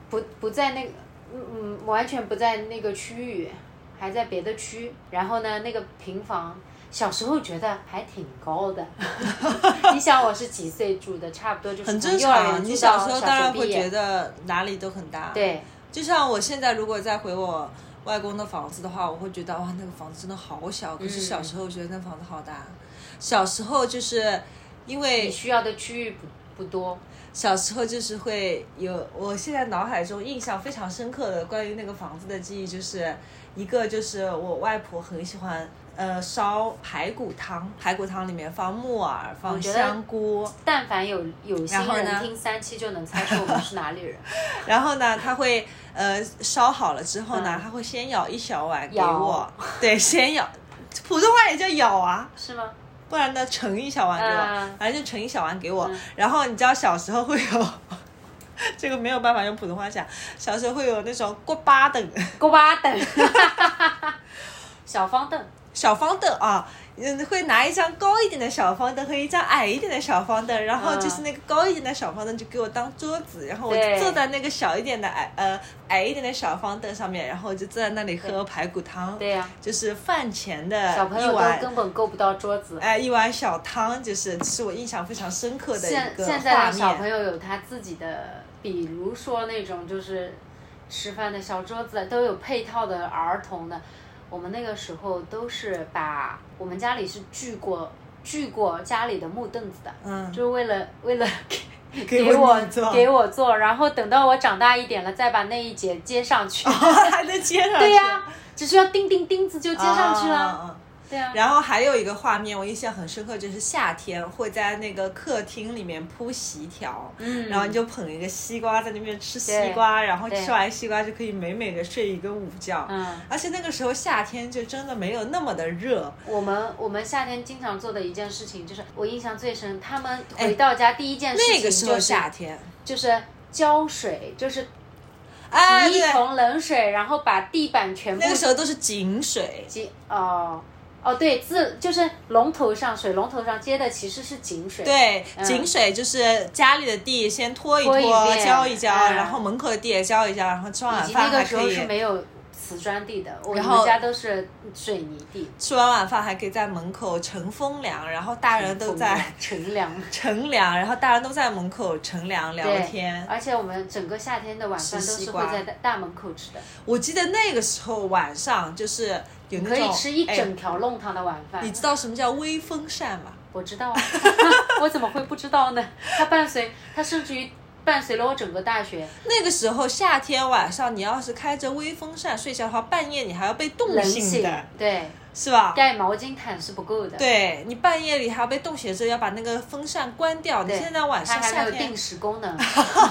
不不在那个，嗯嗯，完全不在那个区域，还在别的区。然后呢，那个平房，小时候觉得还挺高的。你想我是几岁住的？差不多就是很正从幼儿园常。你住到小时候当然会小学毕业觉得哪里都很大。 对， 就像我现在如果再回我外公的房子的话，我会觉得哇，那个房子真的好小。可是小时候觉得那房子好大。嗯、小时候就是因为你需要的区域不不多。 小时候就是会有，我现在脑海中印象非常深刻的关于那个房子的记忆，就是一个就是我外婆很喜欢呃烧排骨汤，排骨汤里面放木耳，放香菇。 但凡有有心人听三期就能猜出我们是哪里人。 然后呢，他会呃烧好了之后呢， 嗯、 他会先舀一小碗给我，对，先舀，普通话也叫舀啊， 是吗？ 不然呢，盛一小碗给我， 嗯、 反正就盛一小碗给我。 嗯、 然后你知道小时候会有，这个没有办法用普通话讲，小时候会有那种锅巴凳， 锅巴凳，小方凳， 小方凳啊。嗯，会拿一张高一点的小方凳和一张矮一点的小方凳，然后就是那个高一点的小方凳就给我当桌子，然后我就坐在那个小一点的矮呃矮一点的小方凳上面，然后我就坐在那里喝排骨汤。 对呀、啊， 就是饭前的小朋友都根本够不到桌子。 哎，一碗小汤，就是是我印象非常深刻的一个画面。 现现在的小朋友有他自己的，比如说那种就是吃饭的小桌子，都有配套的儿童的。我们那个时候都是把我们家里是锯过锯过家里的木凳子的， 嗯， 就是为了为了给给我做给我做，然后等到我长大一点了，再把那一节接上去。 哦、还能接上去？ 对呀、啊，只需要钉钉钉子就接上去了。 哦对啊， 然后还有一个画面我印象很深刻，就是夏天会在那个客厅里面铺席条， 嗯， 然后你就捧一个西瓜在那边吃西瓜，然后吃完西瓜就可以美美的睡一个午觉。 嗯， 而且那个时候夏天就真的没有那么的热。 我们我们夏天经常做的一件事情就是我印象最深，他们回到家第一件事情、就是、 那个时候夏天就是浇水，就是哎， 洗一桶冷水，然后把地板全部。 那个时候都是井水。 井哦。哦，对，自就是龙头上水龙头上接的其实是井水。 对， 嗯、 井水就是家里的地先拖一拖， 拖一浇一浇、 嗯， 然后门口的地也浇一浇，然后吃完晚饭还可以。 以及那个时候是没有瓷砖地的，我们家都是水泥地。 吃完晚饭还可以在门口乘风凉，然后大人都在乘凉乘凉，然后大人都在门口乘凉聊天。 而且我们整个夏天的晚饭都是会在大门口吃的。 我记得那个时候晚上就是有那种可以吃一整条弄堂的晚饭。 你知道什么叫微风扇吗？ 我知道啊，我怎么会不知道呢？它伴随，它甚至于伴随了我整个大学。 那个时候夏天晚上，你要是开着微风扇睡觉的话，半夜你还要被冻醒的， 对， 是吧？ 盖毛巾毯是不够的。 对，你半夜里还要被冻醒着，要把那个风扇关掉。你现在晚上夏天它还没有定时功能。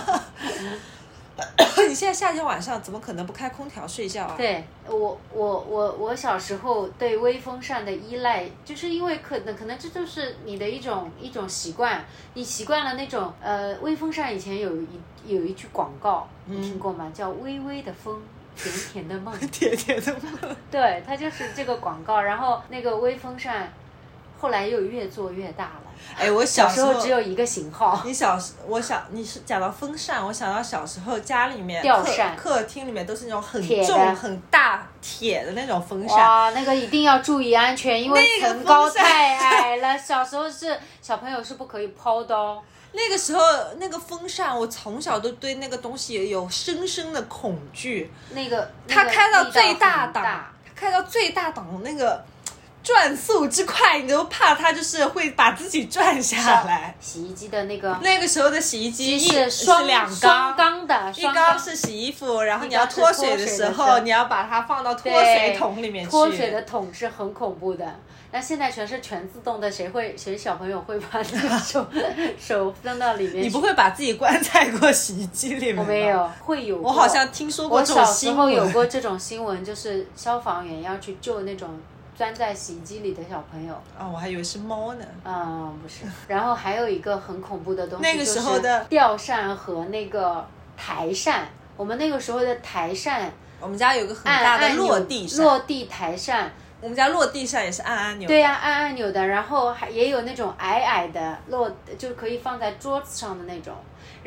你现在夏天晚上怎么可能不开空调睡觉啊？ 对，我我我我小时候对微风扇的依赖，就是因为可能可能这就是你的一种一种习惯，你习惯了那种呃微风扇。以前有一有一句广告，你听过吗？嗯、叫微微的风，甜甜的梦， 甜甜的梦。 对，它就是这个广告。然后那个微风扇后来又越做越大了。 哎，我小时候只有一个型号。 你小时，我想你是讲到风扇，我想到小时候家里面吊扇客客厅里面都是那种很重很大铁的那种风扇。 哇，那个一定要注意安全，因为层高太矮了。小时候是小朋友是不可以抛的哦。 那个时候那个风扇，我从小都对那个东西有深深的恐惧。 那个它开到最大档， 大它开到最大档的那个。转速之快，你都怕它就是会把自己转下来。 洗衣机的那个那个时候的洗衣机是双两缸双缸的， 一缸是洗衣服，然后你要脱水的时候，你要把它放到脱水桶里面去。 脱水的桶是很恐怖的。那现在全是全自动的，谁会谁小朋友会把那个手手伸到里面去？ 你不会把自己关在过洗衣机里面吗？ 我没有，会有。 我好像听说过这种新闻。 我小时候有过这种新闻，就是消防员要去救那种。钻在洗衣机里的小朋友啊、哦，我还以为是猫呢。 嗯，不是。然后还有一个很恐怖的东西， 那个时候的吊扇和那个台扇。我们那个时候的台扇， 我们家有个很大的落地扇， 落地台扇。 我们家落地扇也是按按钮的。 对呀、啊，按按钮的。然后还也有那种矮矮的落，就可以放在桌子上的那种。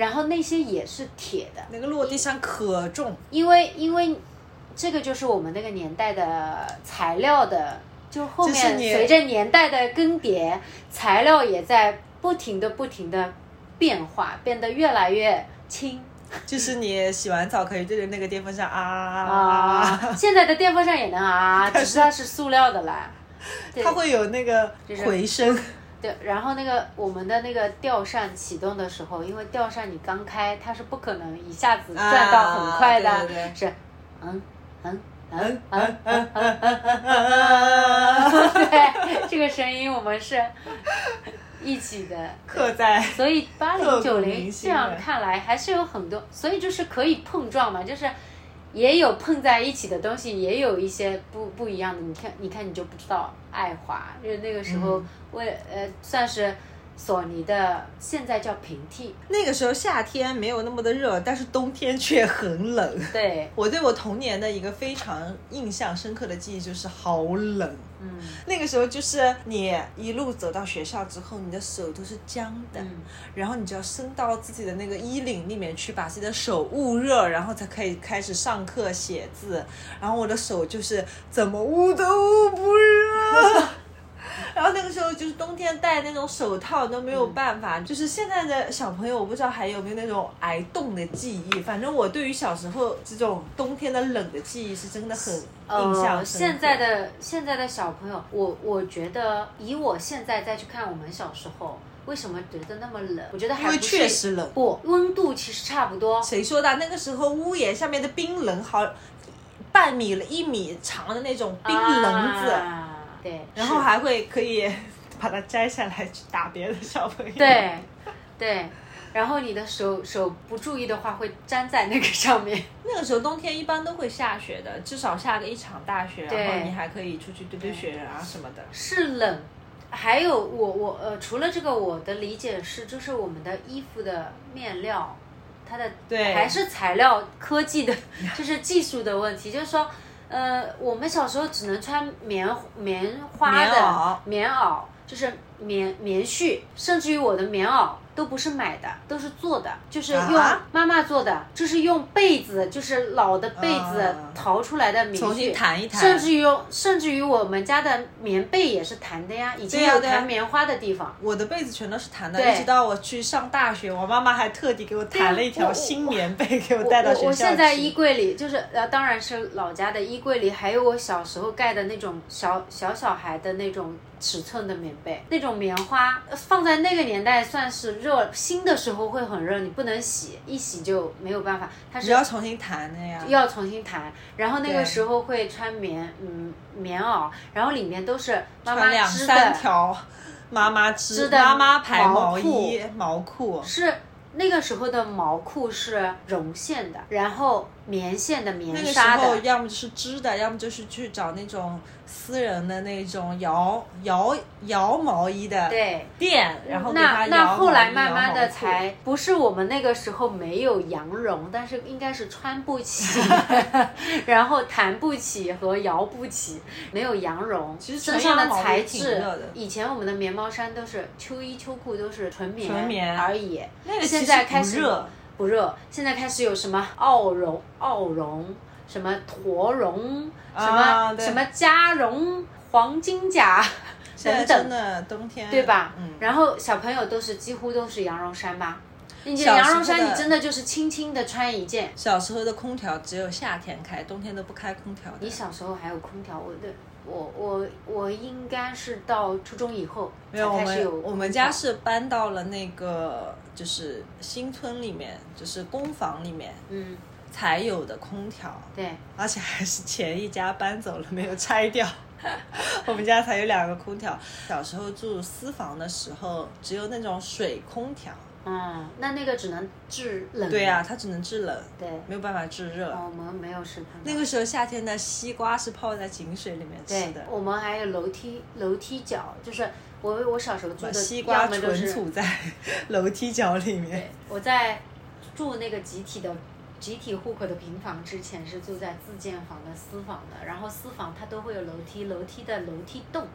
然后那些也是铁的， 那个落地箱可重， 因为因为这个就是我们那个年代的材料的，就后面随着年代的更迭，材料也在不停的不停的变化，变得越来越轻。 就是你洗完澡可以对着那个电风扇啊啊！现在的电风扇也能啊，只是它是塑料的啦。 它会有那个回声。 对，然后那个我们的那个吊扇启动的时候，因为吊扇你刚开，它是不可能一下子转到很快的， 啊、对对对是嗯嗯嗯嗯嗯嗯嗯嗯，对，这个声音我们是一起的刻在， 所以八零九零这样看来还是有很多，所以就是可以碰撞嘛，就是也有碰在一起的东西，也有一些不不一样的。你看，你看你就不知道爱华，就是那个时候为、嗯、呃算是索尼的，现在叫平替。 那个时候夏天没有那么的热，但是冬天却很冷。 对， 我对我童年的一个非常印象深刻的记忆就是好冷。 嗯， 那个时候就是你一路走到学校之后，你的手都是僵的、嗯、然后你就要伸到自己的那个衣领里面去，把自己的手捂热，然后才可以开始上课写字。然后我的手就是怎么捂都捂不热然后那个时候就是冬天戴那种手套都没有办法、嗯、就是现在的小朋友我不知道还有没有那种挨冻的记忆，反正我对于小时候这种冬天的冷的记忆是真的很印象深刻、呃、 现在的现在的小朋友，我我觉得以我现在再去看我们小时候，为什么觉得那么冷？我觉得还不是， 因为确实冷， 不，温度其实差不多。 谁说的？那个时候屋檐下面的冰冷好半米了一米长的那种冰棱子、 啊对， 然后还会可以把它摘下来去打别的小朋友。 对，对，然后你的手手不注意的话会粘在那个上面。 那个时候冬天一般都会下雪的，至少下个一场大雪，然后你还可以出去堆堆雪人啊什么的。 是冷，还有我我呃，除了这个，我的理解是，就是我们的衣服的面料，它的对还是材料科技的，就是技术的问题，就是说。呃，我们小时候只能穿棉棉花的棉袄，就是棉棉絮，甚至于我的棉袄都不是买的，都是做的，就是用妈妈做的，就是用被子，就是老的被子淘出来的棉絮， 重新弹一弹， 甚至于甚至于我们家的棉被也是弹的呀，以前有弹棉花的地方。啊、 我的被子全都是弹的，一直到我去上大学，我妈妈还特地给我弹了一条新棉被给我带到学校去。 我, 我, 我现在衣柜里就是呃，当然是老家的衣柜里，还有我小时候盖的那种小小小孩的那种尺寸的棉被，那种棉花放在那个年代算是热，新的时候会很热，你不能洗，一洗就没有办法，它是要重新弹的呀， 要重新弹。然后那个时候会穿棉嗯棉袄，然后里面都是妈妈织的两三条妈妈织的妈妈牌毛衣毛裤， 是那个时候的毛裤是绒线的，然后棉线的棉纱的， 那个时候要么就是织的，要么就是去找那种私人的那种摇摇摇毛衣的店，然后给它摇毛衣那那后来慢慢的才不是我们那个时候没有羊绒，但是应该是穿不起然后弹不起和摇不起，没有羊绒， 其实身上的材质，以前我们的棉毛衫都是秋衣秋裤都是纯棉纯棉而已， 那个现在开始不热不热，现在开始有什么奥绒奥绒什么驼绒什么、啊、什么加绒黄金甲等等， 真的冬天对吧、 嗯、 然后小朋友都是几乎都是羊绒衫吧，你羊绒衫你真的就是轻轻的穿一件。 小时候的空调只有夏天开，冬天都不开空调的。 你小时候还有空调？我的我我我应该是到初中以后才开始有。 我们家是搬到了那个就是新村里面，就是公房里面， 嗯， 才有的空调。 对， 而且还是前一家搬走了没有拆掉我们家才有两个空调。小时候住私房的时候只有那种水空调， 嗯，那那个只能制冷。 对啊，它只能制冷， 对， 没有办法制热、 哦、我们没有试那个时候夏天的西瓜是泡在井水里面吃的。 我们还有楼梯楼梯角，就是我我小时候住的西瓜存储在楼梯角里面。 对，我在住那个集体的集体户口的平房之前是住在自建房的私房的，然后私房它都会有楼梯，楼梯的楼梯洞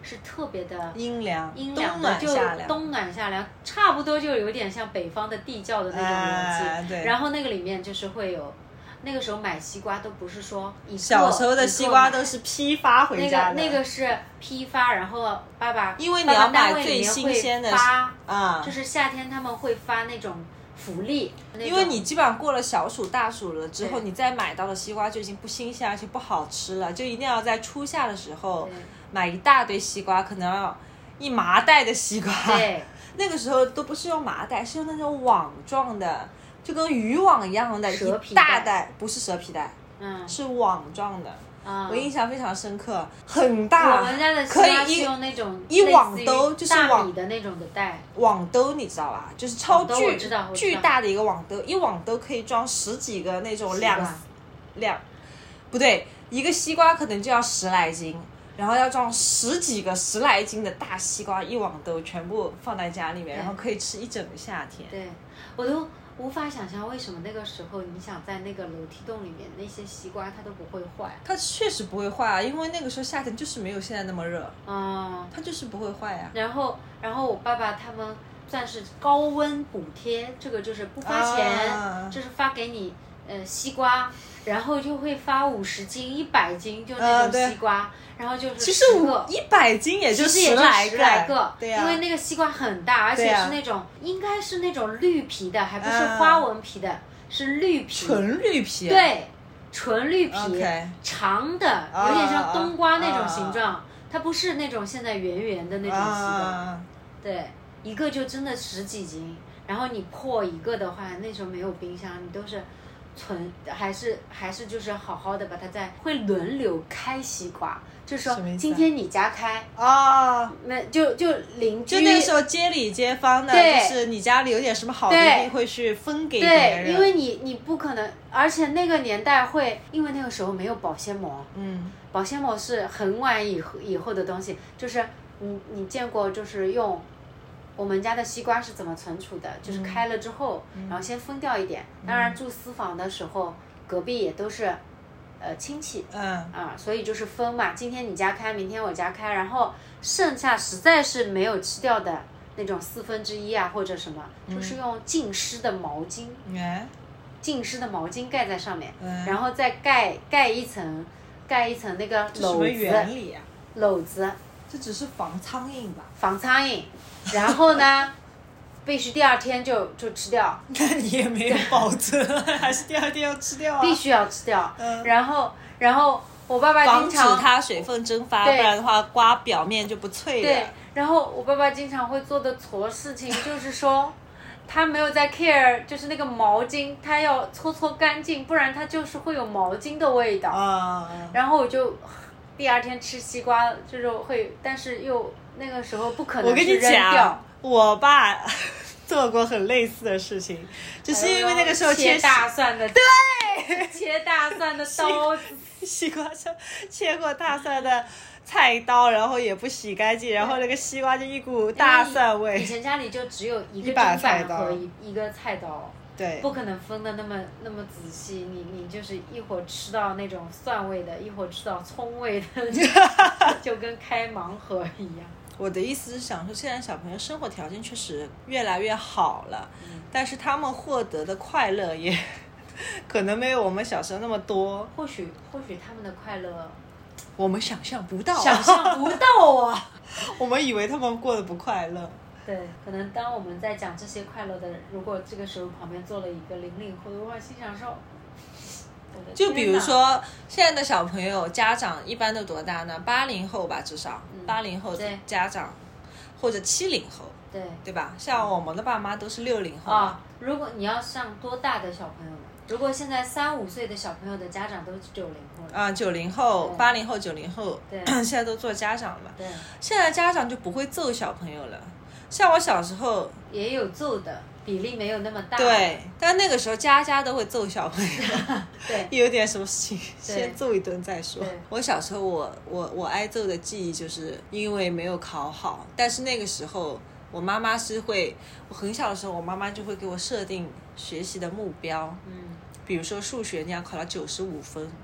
是特别的阴凉， 阴凉冬的，就暖夏凉， 冬暖夏凉，差不多就有点像北方的地窖的那种逻辑。 哎对然后那个里面就是会有，那个时候买西瓜都不是说一个小时候的西瓜都是是批发回家的， 那个那个是批发，然后爸爸因为你要买最新新鲜的发啊， 就是夏天他们会发那种福利， 因为你基本上过了小暑大暑了之后， 对你再买到的西瓜就已经不新鲜而且不好吃了，就一定要在初夏的时候买一大堆西瓜，可能要一麻袋的西瓜。 对， 那个时候都不是用麻袋，是用那种网状的，就跟渔网一样的， 蛇皮一大袋，不是蛇皮袋， 嗯， 是网状的。 啊、 我印象非常深刻，很大， 我们家的西可瓜是以一用那种一网兜，就是大网米的那种的袋， 网兜，你知道吧？就是超网兜我巨知道我知道巨大的一个网兜，一网兜可以装十几个那种两西瓜两，不对，一个西瓜可能就要十来斤，然后要装十几个十来斤的大西瓜，一网兜全部放在家里面，然后可以吃一整个夏天。 对，我都无法想象为什么那个时候你想在那个楼梯洞里面那些西瓜它都不会坏。 它确实不会坏啊，因为那个时候夏天就是没有现在那么热， 嗯， 它就是不会坏啊。 然后然后我爸爸他们算是高温补贴，这个就是不发钱， 啊就是发给你呃西瓜，然后就会发五十斤、一百斤，就那种西瓜，然后就是其实五十个。 一百斤也就其实也就来十来个， 对呀、 因为那个西瓜很大，而且对啊是那种、应该是那种绿皮的，还不是啊花纹皮的，是绿皮， 纯绿皮、啊。 对，纯绿皮 OK 长的，有点像冬瓜那种形状，它不是那种现在圆圆的那种西瓜， 啊对，一个就真的十几斤，然后你破一个的话，那时候没有冰箱，你都是存，还是还是就是好好的把它在，会轮流开西瓜，就是说什么意思啊今天你家开， 啊， 那就就邻居就那个时候街里街坊的， 对就是你家里有点什么好的， 对一定会去分给别对， 人。 因为你你不可能，而且那个年代会，因为那个时候没有保鲜膜， 嗯， 保鲜膜是很晚以后以后的东西，就是你你见过就是用。我们家的西瓜是怎么存储的？就是开了之后， 嗯、 然后先分掉一点。当然住私房的时候，隔壁也都是，呃亲戚， 嗯啊，所以就是分嘛。今天你家开，明天我家开，然后剩下实在是没有吃掉的那种四分之一啊或者什么， 嗯、 就是用浸湿的毛巾， 哎， 浸湿的毛巾盖在上面， 嗯、 然后再盖盖一层，盖一层那个篓子。 什么原理啊？ 篓子。 这只是防苍蝇吧？ 防苍蝇，然后呢，必须第二天就就吃掉。 那你也没有保证，还是第二天要吃掉啊？ 必须要吃掉。 嗯、 然后，然后我爸爸经常防止它水分蒸发，不然的话瓜表面就不脆了。 对，然后我爸爸经常会做的错事情就是说，他没有在 care， 就是那个毛巾，他要搓搓干净，不然它就是会有毛巾的味道。 啊、 嗯。然后我就。第二天吃西瓜就是会，但是又那个时候不可能是扔掉。 我爸做过很类似的事情，就是因为那个时候切大蒜的， 对， 切大蒜的刀子， 西瓜上切过大蒜的菜刀，然后也不洗干净，然后那个西瓜就一股大蒜味。 以前家里就只有一个砧板和一一个菜刀。 对， 不可能分的那么那么仔细，你你就是一会儿吃到那种蒜味的，一会儿吃到葱味的，就跟开盲盒一样。 我的意思是想说，现在小朋友生活条件确实越来越好了，嗯、但是他们获得的快乐也可能没有我们小时候那么多。 或许或许他们的快乐， 我们想象不到， 想象不到啊！ 我们以为他们过得不快乐。 对，可能当我们在讲这些快乐的人，如果这个时候旁边坐了一个零零后的话，心想说， 就比如说现在的小朋友家长一般都多大呢？八零后吧，至少八零、嗯、后的家长，或者七零后， 对对吧？像我们的爸妈都是六零后啊。如果你要上多大的小朋友呢？如果现在三五岁的小朋友的家长都是九零后啊，九零后、八零后、九零后， 对， 现在都做家长了。 对， 现在家长就不会揍小朋友了。像我小时候也有揍的，比例没有那么大。 对，但那个时候家家都会揍小朋友。 对， 有点什么事情先揍一顿再说。我小时候我我我挨揍的记忆就是因为没有考好，但是那个时候我妈妈是会，我很小的时候我妈妈就会给我设定学习的目标， 嗯， 比如说数学你要考到九十五分，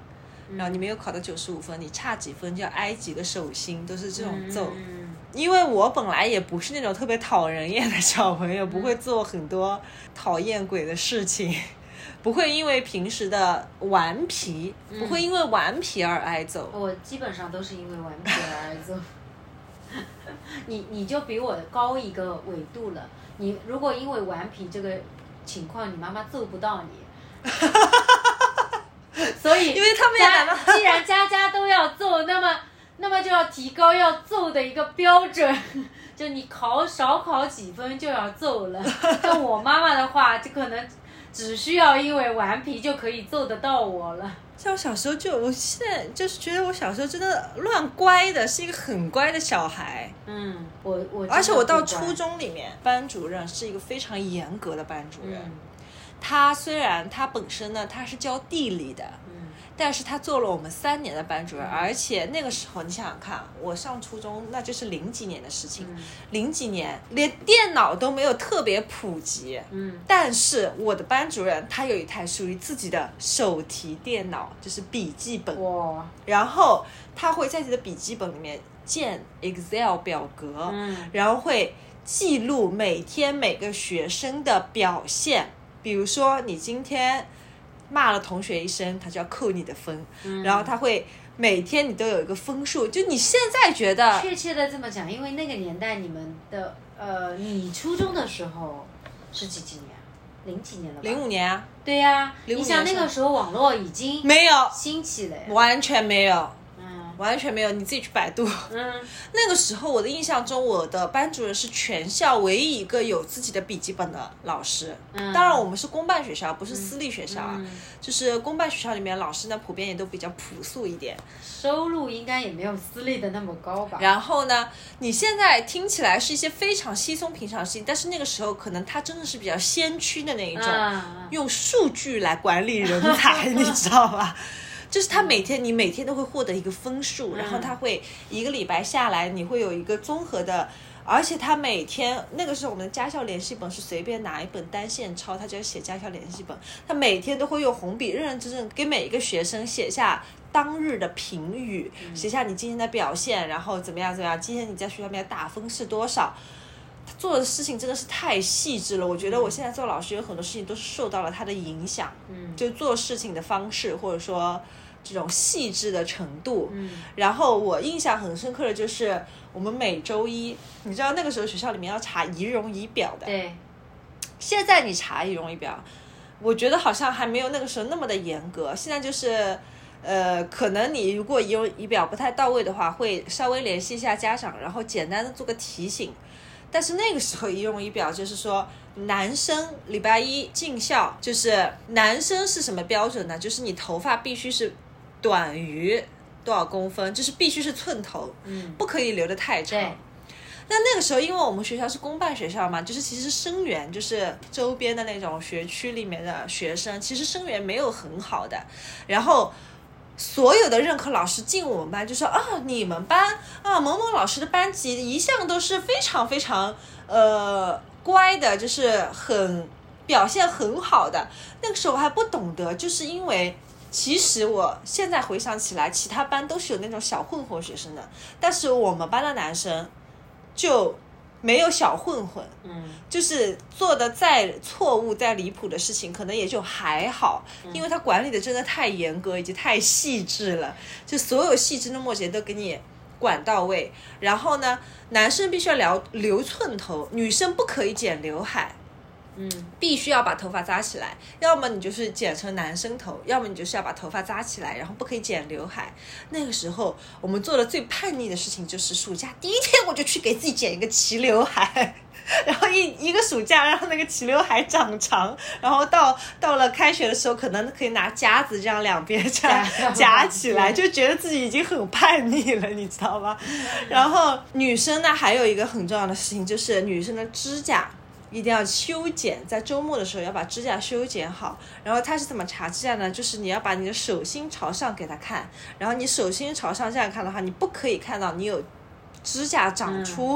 然后你没有考到九十五分，你差几分就要挨几个手心，都是这种揍。 嗯， 因为我本来也不是那种特别讨人厌的小朋友，不会做很多讨厌鬼的事情，不会因为平时的顽皮，不会因为顽皮而挨揍。 我基本上都是因为顽皮而挨揍。你你就比我高一个纬度了。你如果因为顽皮这个情况，你妈妈揍不到你。所以， 因为他们家既然家家都要揍，那么那么就要提高要揍的一个标准，就你考少考几分就要揍了。像我妈妈的话，就可能只需要因为顽皮就可以揍得到我了。 像我小时候就，我现在就是觉得我小时候真的乱乖的，是一个很乖的小孩。 嗯，我我而且我到初中里面，班主任是一个非常严格的班主任。 嗯， 他虽然他本身呢他是教地理的， 嗯， 但是他做了我们三年的班主任，嗯，而且那个时候你想想看，我上初中那就是零几年的事情，嗯，零几年连电脑都没有特别普及， 嗯， 但是我的班主任他有一台属于自己的手提电脑，就是笔记本， 哇， 然后他会在自己的笔记本里面建 Excel 表格， 嗯， 然后会记录每天每个学生的表现。比如说你今天骂了同学一声，他就要扣你的分，嗯，然后他会每天你都有一个分数。就你现在觉得确切的这么讲，因为那个年代你们的呃，你初中的时候是几几年？零几年了吧？ 零五年啊。 对呀，啊， 你想那个时候网络已经没有兴起了呀， 完全没有。 嗯， 完全没有，你自己去百度。 嗯， 那个时候我的印象中，我的班主任是全校唯一一个有自己的笔记本的老师。嗯，当然我们是公办学校，不是私立学校啊。嗯，就是公办学校里面老师呢，普遍也都比较朴素一点， 收入应该也没有私立的那么高吧。 然后呢，你现在听起来是一些非常稀松平常的事情，但是那个时候可能他真的是比较先驱的那一种，嗯，用数据来管理人才，你知道吧？就是他每天，你每天都会获得一个分数，然后他会一个礼拜下来，你会有一个综合的，而且他每天那个时候我们的家校联系本是随便拿一本单线抄，他就要写家校联系本，他每天都会用红笔认认真真给每一个学生写下当日的评语，写下你今天的表现，然后怎么样怎么样，今天你在学校里面打分是多少。他做的事情真的是太细致了，我觉得我现在做老师有很多事情都是受到了他的影响，嗯，就做事情的方式或者说这种细致的程度，嗯，然后我印象很深刻的就是我们每周一，你知道那个时候学校里面要查仪容仪表的， 对， 现在你查仪容仪表，我觉得好像还没有那个时候那么的严格，现在就是呃，可能你如果仪容仪表不太到位的话，会稍微联系一下家长，然后简单的做个提醒。但是那个时候仪容仪表就是说，男生礼拜一进校，就是男生是什么标准呢？就是你头发必须是短于多少公分，就是必须是寸头，嗯，不可以留得太长。那那个时候因为我们学校是公办学校嘛，就是其实生源就是周边的那种学区里面的学生，其实生源没有很好的，然后所有的任课老师进我们班就说啊，你们班啊某某老师的班级一向都是非常非常呃乖的，就是很表现很好的。那个时候我还不懂得，就是因为其实我现在回想起来，其他班都是有那种小混混学生的，但是我们班的男生就没有小混混，嗯，就是做的再错误再离谱的事情可能也就还好，因为他管理的真的太严格以及太细致了，就所有细枝的末节都给你管到位。然后呢，男生必须要留留寸头，女生不可以剪刘海，嗯，必须要把头发扎起来，要么你就是剪成男生头，要么你就是要把头发扎起来，然后不可以剪刘海。那个时候我们做的最叛逆的事情就是暑假第一天我就去给自己剪一个齐刘海，然后一一个暑假让那个齐刘海长长，然后到到了开学的时候可能可以拿夹子这样两边这样夹起来，就觉得自己已经很叛逆了，你知道吗？然后女生呢还有一个很重要的事情，就是女生的指甲一定要修剪，在周末的时候要把指甲修剪好。然后他是怎么查指甲呢？就是你要把你的手心朝上给他看，然后你手心朝上这样看的话，你不可以看到你有指甲长出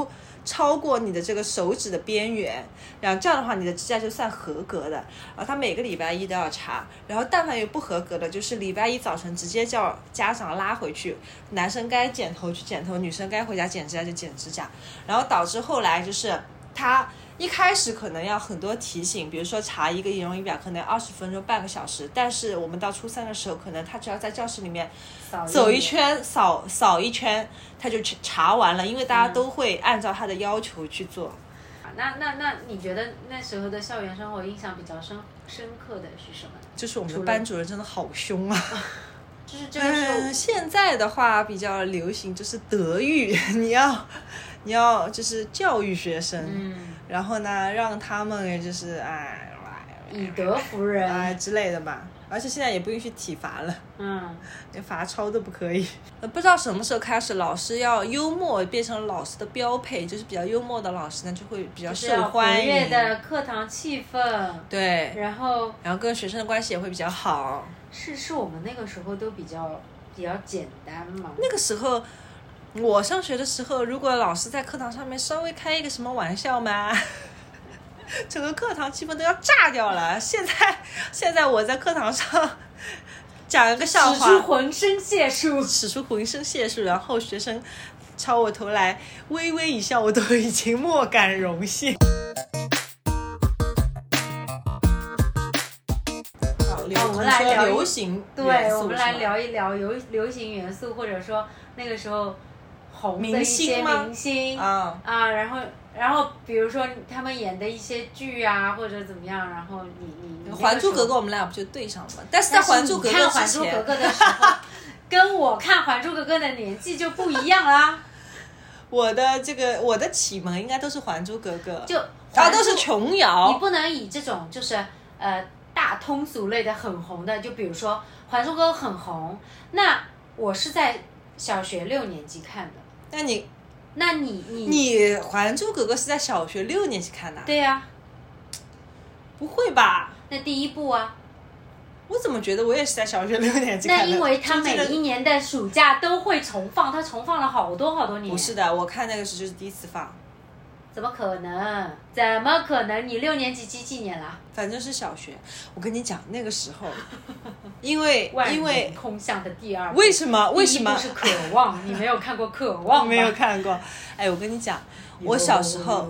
超过你的这个手指的边缘，然后这样的话你的指甲就算合格的。然后他每个礼拜一都要查，然后但凡有不合格的，就是礼拜一早晨直接叫家长拉回去，男生该剪头去剪头，女生该回家剪指甲就剪指甲。然后导致后来就是他一开始可能要很多提醒，比如说查一个仪容仪表可能二十分钟半个小时，但是我们到初三的时候，可能他只要在教室里面走一圈扫扫一圈他就查完了，因为大家都会按照他的要求去做。 嗯、那那那你觉得那时候的校园生活印象比较深深刻的是什么？ 就是我们的班主任真的好凶啊。 就是这个时候、 嗯、现在的话比较流行就是德育，你要你要就是教育学生，嗯，然后呢让他们就是哎以德服人哎之类的吧。而且现在也不允许体罚了， 嗯， 连罚抄都不可以。不知道什么时候开始，老师要幽默变成老师的标配，就是比较幽默的老师呢，就会比较受欢迎。 活跃的课堂气氛， 对， 然后然后跟学生的关系也会比较好。 是是我们那个时候都比较比较简单嘛。 那个时候，我上学的时候，如果老师在课堂上面稍微开一个什么玩笑嘛。整个课堂气氛都要炸掉了。现在现在我在课堂上讲一个笑话， 使出浑身解数， 使出浑身解数，然后学生朝我头来微微一笑，我都已经莫感荣幸。好， 我们来聊流行， 对，我们来聊一聊流流行元素，或者说那个时候红的一些明星啊啊，然后。然后比如说他们演的一些剧啊，或者怎么样，然后你你 《还珠格格》我们俩不就对上了吗？但是在《还珠格格》之前， 看《还珠格格》的时候，跟我看《还珠格格》的年纪就不一样啦。 我的这个我的启蒙应该都是《还珠格格》， 就它都是琼瑶。 你不能以这种就是呃大通俗类的很红的，就比如说《还珠格格》很红，那我是在小学六年级看的。 那你？ 那你你你《还珠格格》是在小学六年级看的？ 对呀、啊。 不会吧？ 那第一部啊。 我怎么觉得我也是在小学六年级看的？ 那因为它每一年的暑假都会重放，它重放了好多好多年。 不是的，我看那个时就是第一次放。 怎么可能？怎么可能？你六年级几几年了？ 反正是小学。我跟你讲，那个时候，因为因为空巷的第二部， 为什么？为什么？ 第一部是渴望，你没有看过渴望？ 没有看过。哎，我跟你讲，我小时候。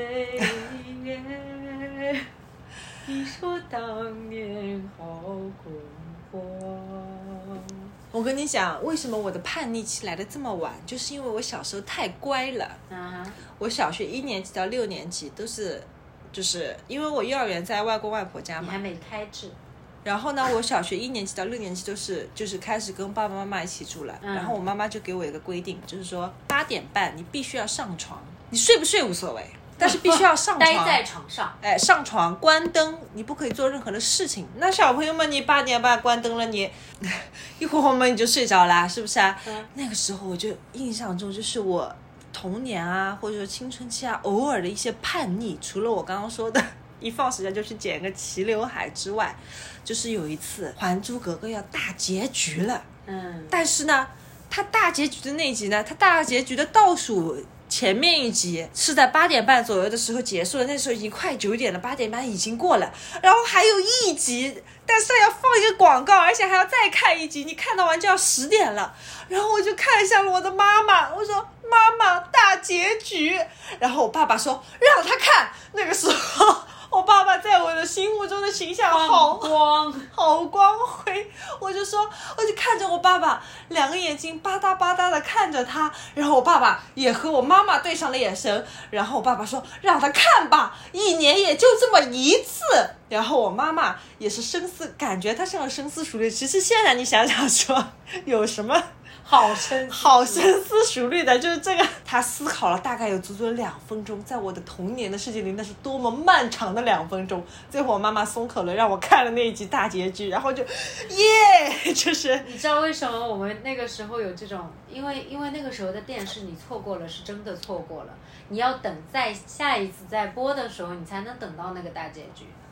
你说当年好困惑。 我跟你讲，为什么我的叛逆期来的这么晚？就是因为我小时候太乖了。 Uh-huh. 我小学一年级到六年级都是，就是因为我幼儿园在外公外婆家嘛。 你还没开智。 然后呢，我小学一年级到六年级都是就是开始跟爸爸妈妈一起住了。嗯、然后我妈妈就给我一个规定，就是说八点半你必须要上床，你睡不睡无所谓。但是必须要上床， 待在床上， 哎，上床关灯，你不可以做任何的事情。那小朋友们，你八点半关灯了，你一会儿们你就睡着啦，是不是啊？嗯、那个时候我就印象中，就是我童年啊，或者说青春期啊，偶尔的一些叛逆，除了我刚刚说的一放暑假就去剪个齐刘海之外，就是有一次《还珠格格》要大结局了，嗯，但是呢，它大结局的那一集呢，它大结局的倒数。前面一集是在八点半左右的时候结束了，那时候已经快九点了，八点半已经过了，然后还有一集，但是要放一个广告，而且还要再看一集，你看到完就要十点了。然后我就看向了我的妈妈，我说妈妈，大结局。然后我爸爸说让他看。那个时候我爸爸在我的心目中的形象好光好光辉，我就说，我就看着我爸爸，两个眼睛吧嗒吧嗒的看着他，然后我爸爸也和我妈妈对上了眼神，然后我爸爸说让他看吧，一年也就这么一次。然后我妈妈也是深思，感觉她像个深思熟虑。其实现在你想想说，有什么好深好深思熟虑的，就是这个，他思考了大概有足足两分钟，在我的童年的世界里，那是多么漫长的两分钟。最后我妈妈松口了，让我看了那一集大结局，然后就耶，就是你知道为什么我们那个时候有这种，因为因为那个时候的电视你错过了是真的错过了，你要等在下一次再播的时候，你才能等到那个大结局。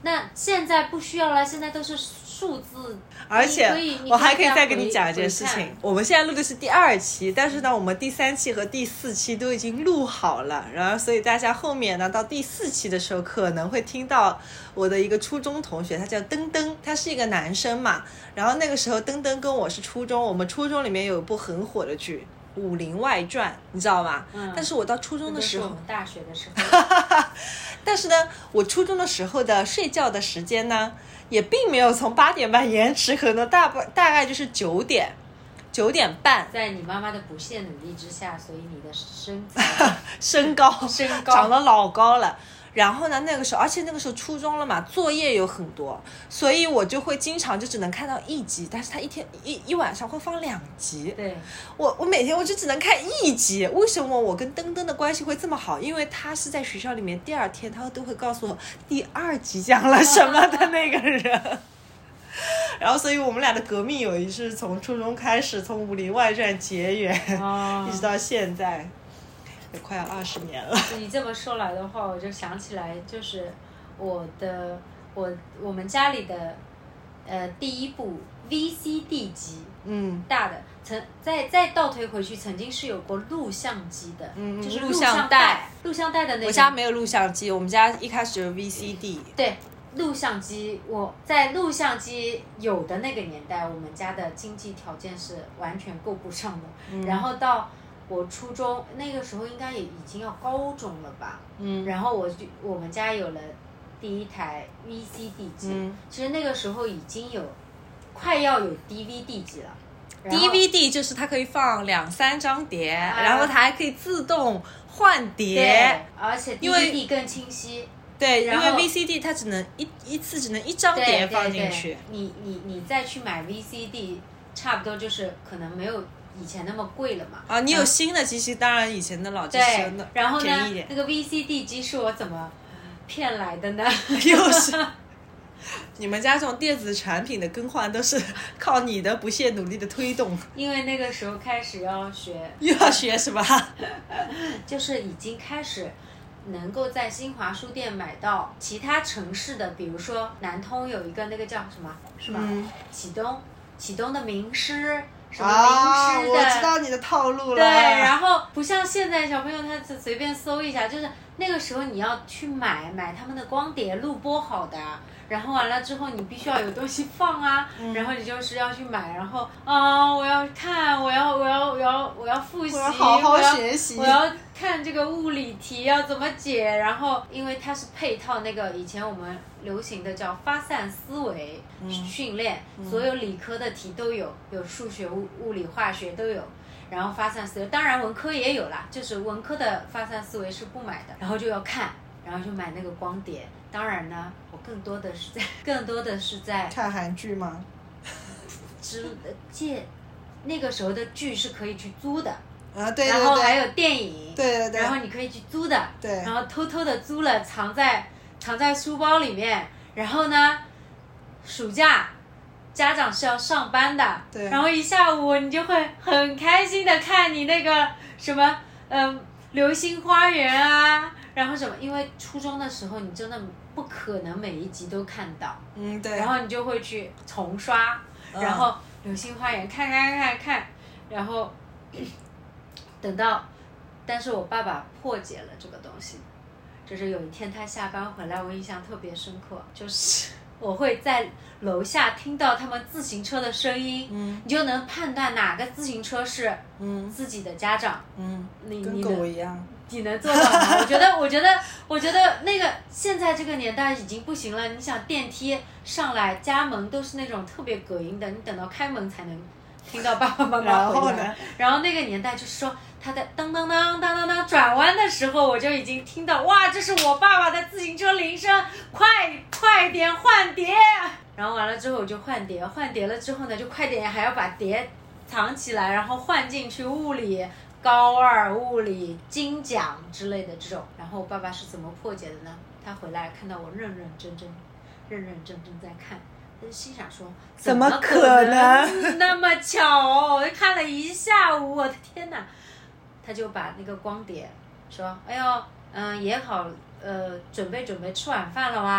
那现在不需要了，现在都是数字。 而且我还可以再跟你讲一件事情，我们现在录的是第二期，但是呢我们第三期和第四期都已经录好了，然后所以大家后面呢到第四期的时候可能会听到我的一个初中同学，他叫登登，他是一个男生嘛，然后那个时候登登跟我是初中，我们初中里面有一部很火的剧《武林外传》，你知道吗？嗯，但是我到初中的时候， 我们大学的时候但是呢我初中的时候的睡觉的时间呢也并没有从八点半延迟，可能大大概就是九点九点半。 在你妈妈的不懈努力之下，所以你的身材身高身高长得老高了。然后呢那个时候，而且那个时候初中了嘛，作业有很多，所以我就会经常就只能看到一集，但是他一天一一晚上会放两集。 对， 我我每天我就只能看一集。为什么我跟登登的关系会这么好？因为他是在学校里面第二天他都会告诉我第二集讲了什么的那个人然后所以我们俩的革命友谊是从初中开始，从《武林外传》结缘、哦、一直到现在也快要二十年了。 你这么说来的话，我就想起来，就是我的我我们家里的呃第一部 V C D 机， 嗯， 大的，曾再再倒推回去，曾经是有过录像机的， 嗯， 就是录像带，录像带的那种。 我家没有录像机，我们家一开始就是 V C D。 对。录像机，我在录像机有的那个年代，我们家的经济条件是完全够不上的。嗯、然后到我初中那个时候，应该也已经要高中了吧。嗯。然后我就我们家有了第一台 V C D 机、嗯，其实那个时候已经有快要有 D V D 机了。 D V D 就是它可以放两三张碟，啊、然后它还可以自动换碟， 对，而且 D V D 更清晰。 对，因为 V C D 它只能一一次只能一张碟放进去。 对对对，你你你再去买 V C D， 差不多就是可能没有以前那么贵了嘛。 啊，你有新的机器，当然以前的老机器的然后呢，那个 V C D 机是我怎么骗来的呢？ 又是你们家这种电子产品的更换都是靠你的不懈努力的推动。 因为那个时候开始要学， 又要学是吧？ 就是已经开始。能够在新华书店买到其他城市的，比如说南通有一个那个叫什么，是吗？嗯、启东，启东的名师，什么名师的、 啊，我知道你的套路了。 对，然后不像现在小朋友他随便搜一下，就是那个时候你要去买买他们的光碟录播好的。然后完了之后，你必须要有东西放啊，嗯、然后你就是要去买，然后啊，我要看，我要我要我要我要复习， 我要好好学习， 我要我要看这个物理题要怎么解，然后因为它是配套那个以前我们流行的叫发散思维训练，嗯、所有理科的题都有，有数学、物物理、化学都有。然后发散思维，当然文科也有啦，就是文科的发散思维是不买的，然后就要看，然后就买那个光碟。当然呢，我更多的是在，更多的是在看韩剧吗？ 之借，那个时候的剧是可以去租的啊，对对对， 然后还有电影， 对对对， 然后你可以去租的， 对， 然后偷偷的租了，藏在藏在书包里面，然后呢，暑假家长是要上班的， 对， 然后一下午你就会很开心的看你那个什么，嗯、呃，流星花园啊。然后什么？因为初中的时候，你真的不可能每一集都看到， 嗯，对。 然后你就会去重刷，嗯、然后《流星花园》看看看看，然后等到，但是我爸爸破解了这个东西，就是有一天他下班回来，我印象特别深刻，就是我会在楼下听到他们自行车的声音，嗯，你就能判断哪个自行车是嗯自己的家长， 嗯， 你跟狗一样。 你能做到吗？我觉得，我觉得，我觉得那个现在这个年代已经不行了。你想电梯上来，家门都是那种特别隔音的，你等到开门才能听到爸爸妈妈回来。然后呢？然后那个年代就是说，他在当当当当当当转弯的时候，我就已经听到，哇，这是我爸爸的自行车铃声，快快点换碟。然后完了之后我就换碟，换碟了之后呢，就快点还要把碟藏起来，然后换进去物理。高二物理金奖之类的这种，然后我爸爸是怎么破解的呢？他回来看到我认认真真、认认真真在看，他就心想说：怎么可能那么巧哦？我看了一下午，我的天哪！他就把那个光碟说：“哎呦，嗯、呃，也好，呃，准备准备吃晚饭了哇。”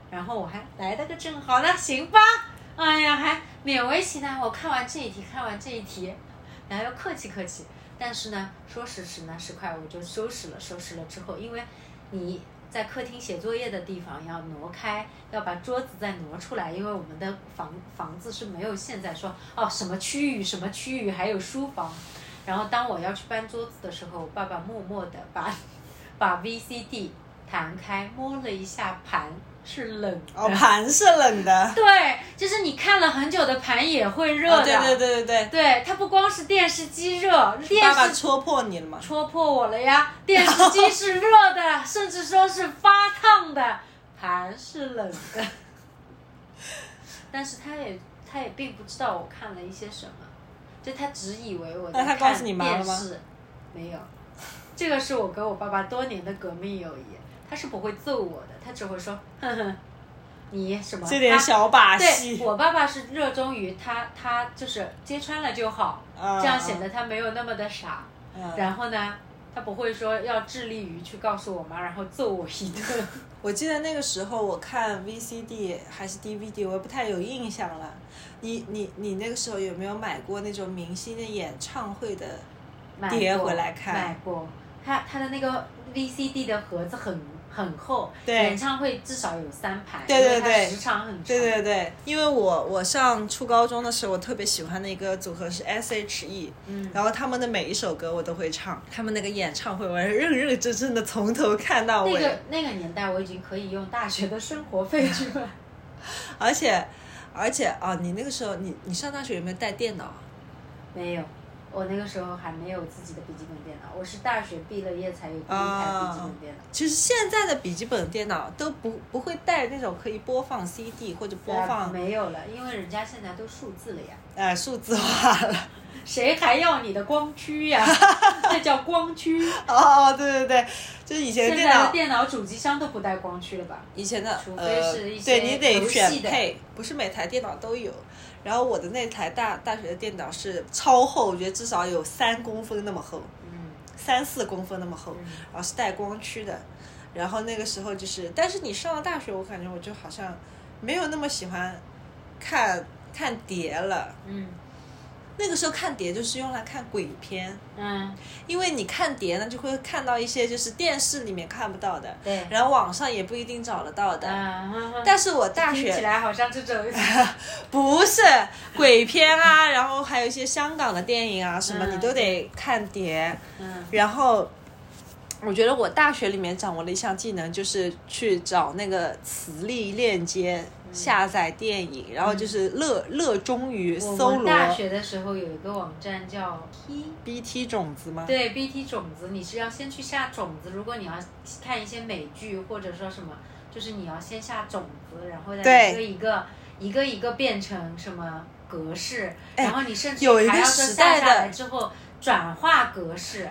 然后我还来了个正好的，行吧？哎呀，还勉为其难，我看完这一题，看完这一题，然后又客气客气。但是呢，说时迟那时快，我就收拾了，收拾了之后，因为你在客厅写作业的地方要挪开，要把桌子再挪出来，因为我们的房房子是没有现在说哦什么区域什么区域还有书房。然后当我要去搬桌子的时候，我爸爸默默地把把 V C D 弹开，摸了一下盘。是冷的哦，盘是冷的， 对，就是你看了很久的盘也会热的， 哦、对对对对对， 对，它不光是电视机热，电视爸爸戳破你了吗？ 戳破我了呀！电视机是热的，甚至说是发烫的，盘是冷的。但是他也他也并不知道我看了一些什么，就他只以为我在看电视。那他告诉你妈了吗？没有，这个是我跟我爸爸多年的革命友谊。他是不会揍我的，他只会说，哼哼，你什么？ 这点小把戏。 对，我爸爸是热衷于他，他就是揭穿了就好， 嗯、 这样显得他没有那么的傻。 嗯、 然后呢，他不会说要致力于去告诉我妈，然后揍我一顿。 我记得那个时候我看 V C D 还是 D V D， 我也不太有印象了。你你你那个时候有没有买过那种明星的演唱会的碟回来看？ 买过，他他的那个 V C D 的盒子很。很厚， 对， 演唱会至少有三盘， 对对对， 时长很长。 对对对，因为我我上初高中的时候，我特别喜欢的一个组合是 S H E， 嗯， 然后他们的每一首歌我都会唱，他们那个演唱会我认认真真的从头看到尾。 那个那个年代我已经可以用大学的生活费去买， 而且而且啊，你那个时候你你上大学有没有带电脑？ 没有。我那个时候还没有自己的笔记本电脑，我是大学毕了业才有第一台笔记本电脑。 其实现在的笔记本电脑都不不会带那种可以播放 C D 或者播放、 啊、没有了，因为人家现在都数字了呀。 哎、呃，数字化了。 谁还要你的光驱呀？那叫光驱。 哦，对对对，就是以前的电脑， 现在的电脑主机箱都不带光驱了吧？ 以前的， 除非是一些呃、对你得选配， 配，不是每台电脑都有。然后我的那台大大学的电脑是超厚，我觉得至少有三公分那么厚， 嗯， 三四公分那么厚， 嗯、 然后是带光驱的。然后那个时候就是，但是你上了大学，我感觉我就好像没有那么喜欢看看碟了， 嗯。 那个时候看碟就是用来看鬼片， 嗯， 因为你看碟呢就会看到一些就是电视里面看不到的， 对， 然后网上也不一定找得到的。 嗯， 但是我大学听起来好像这种不是鬼片啊，然后还有一些香港的电影啊什么，嗯、你都得看碟。 嗯， 然后我觉得我大学里面掌握了一项技能，就是去找那个磁力链接。下载电影，然后就是热热衷于搜罗。 我们大学的时候有一个网站叫 T B T 种子吗？ 对 ，B T 种子，你是要先去下种子。如果你要看一些美剧或者说什么，就是你要先下种子，然后再一个一个一个一个变成什么格式，然后你甚至还要说下下来之后转化格式。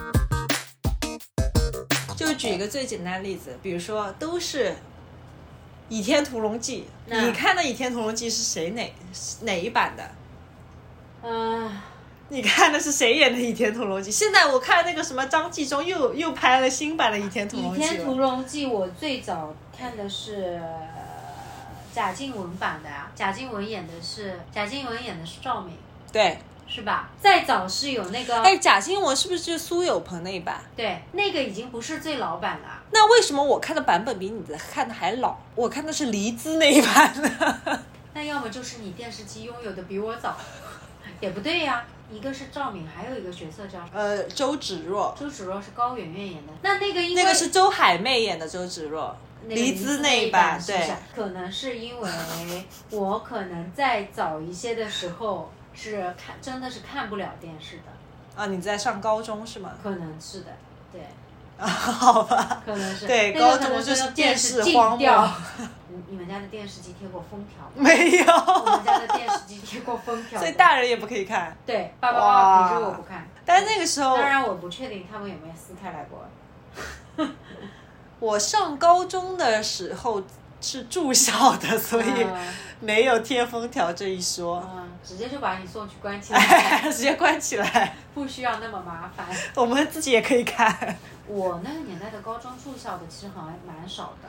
就举一个最简单的例子，比如说都是。《倚天屠龙记》，你看的《倚天屠龙记》是谁哪哪一版的？ 嗯、呃， 你看的是谁演的《倚天屠龙记》？现在我看那个什么张纪中又又拍了新版的《倚天屠龙记》。《倚天屠龙记》我最早看的是贾静雯版的啊，贾静雯演的是贾静雯演的是赵敏， 对。 是吧？再早是有那个， 哎，贾静雯是不是就是苏有朋那一版？ 对，那个已经不是最老版了。 那为什么我看的版本比你的看的还老？我看的是黎姿那一版的。 那要么就是你电视机拥有的比我早，也不对呀。一个是赵敏，还有一个角色叫呃周芷若。 周芷若是高圆圆演的。那那个因为那个是周海媚演的周芷若。 那黎姿那一版，对。 可能是因为我可能再早一些的时候。是看真的是看不了电视的啊！你在上高中是吗？ 可能是的，对。 啊，好吧。 可能是对， 那高中就是电视荒漠。 你你们家的电视机贴过封条吗？ 没有。 我们家的电视机贴过封条， 所以大人也不可以看。 对，爸爸妈妈平时我不看。 但是那个时候， 当然我不确定他们有没有撕开来过。 我上高中的时候。是住校的，所以没有贴封条这一说。 嗯，直接就把你送去关起来， 直接关起来， 不需要那么麻烦。 我们自己也可以看。 我那个年代的高中住校的其实好像蛮少的。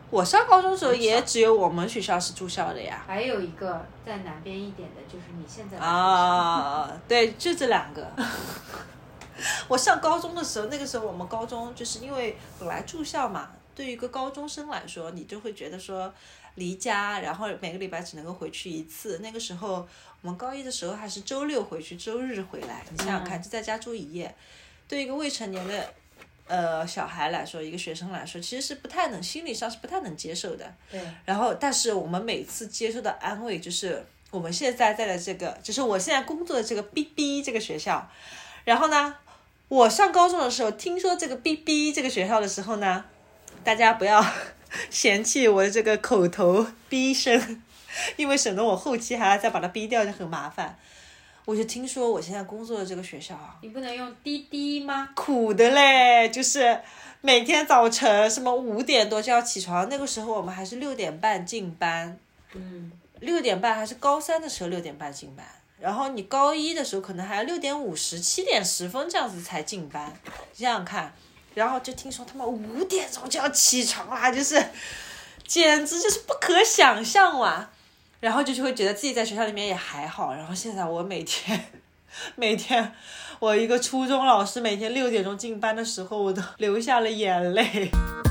我上高中的时候也只有我们学校是住校的呀。 还有一个在南边一点的，就是你现在的学校。 啊，对，就这两个。我上高中的时候，那个时候我们高中就是因为本来住校嘛，对于一个高中生来说，你就会觉得说离家，然后每个礼拜只能够回去一次。那个时候我们高一的时候还是周六回去，周日回来。你想想看，就在家住一夜，对于一个未成年的呃小孩来说，一个学生来说，其实是不太能，心理上是不太能接受的。 对。 然后，但是我们每次接受的安慰就是，我们现在在的这个，就是我现在工作的这个 B B 这个学校。然后呢，我上高中的时候听说这个 B B 这个学校的时候呢，大家不要嫌弃我的这个口头逼声，因为省得我后期还要再把它逼掉就很麻烦。我就听说我现在工作的这个学校啊， 你不能用滴滴吗？ 苦的嘞，就是每天早晨什么五点多就要起床，那个时候我们还是六点半进班， 嗯， 六点半还是高三的时候六点半进班，然后你高一的时候可能还要六点五十、七点十分这样子才进班，想想看，然后就听说他们五点钟就要起床啦，就是简直就是不可想象哇。然后就就会觉得自己在学校里面也还好，然后现在我每天每天我一个初中老师每天六点钟进班的时候，我都流下了眼泪。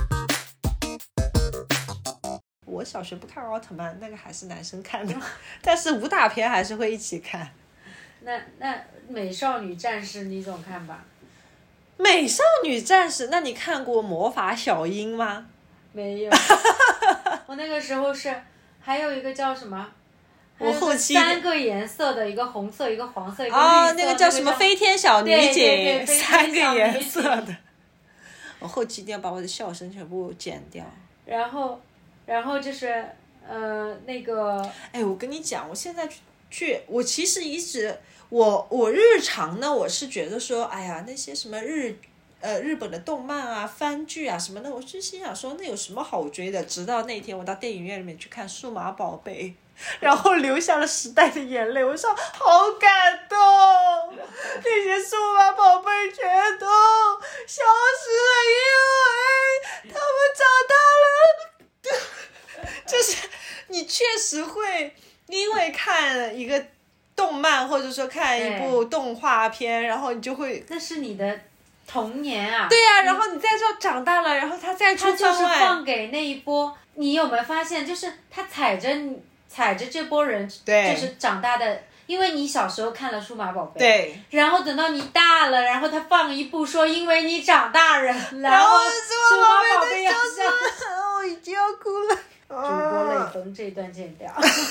我小学不看奥特曼，那个还是男生看的，但是武打片还是会一起看。 那那美少女战士你总看吧？ 美少女战士，那你看过魔法小樱吗？ 没有。我那个时候是还有一个叫什么？ 我后期三个颜色的，一个红色，一个黄色，一个绿色。 哦，那个叫什么飞天小女警， 对对对， 三个颜色的。我后期一定要把我的笑声全部剪掉。 然后，然后就是呃那个， 哎，我跟你讲，我现在去去，我其实一直我我日常呢，我是觉得说，哎呀，那些什么日。呃，日本的动漫啊、番剧啊什么的，我就心想说那有什么好追的？直到那天我到电影院里面去看《数码宝贝》，然后流下了时代的眼泪。我说好感动，那些数码宝贝全都消失了，因为他们长大了。就是你确实会因为看一个动漫，或者说看一部动画片，然后你就会， 那是你的。童年啊， 对呀、啊，然后你再说长大了，然后他再出番外， 他就是放给那一波。你有没有发现，就是他踩着踩着这波人， 对， 就是长大的。因为你小时候看了数码宝贝， 对， 然后等到你大了，然后他放一部说因为你长大人， 然后数码宝贝要上，我已经要哭了， 主播泪崩，这一段剪掉。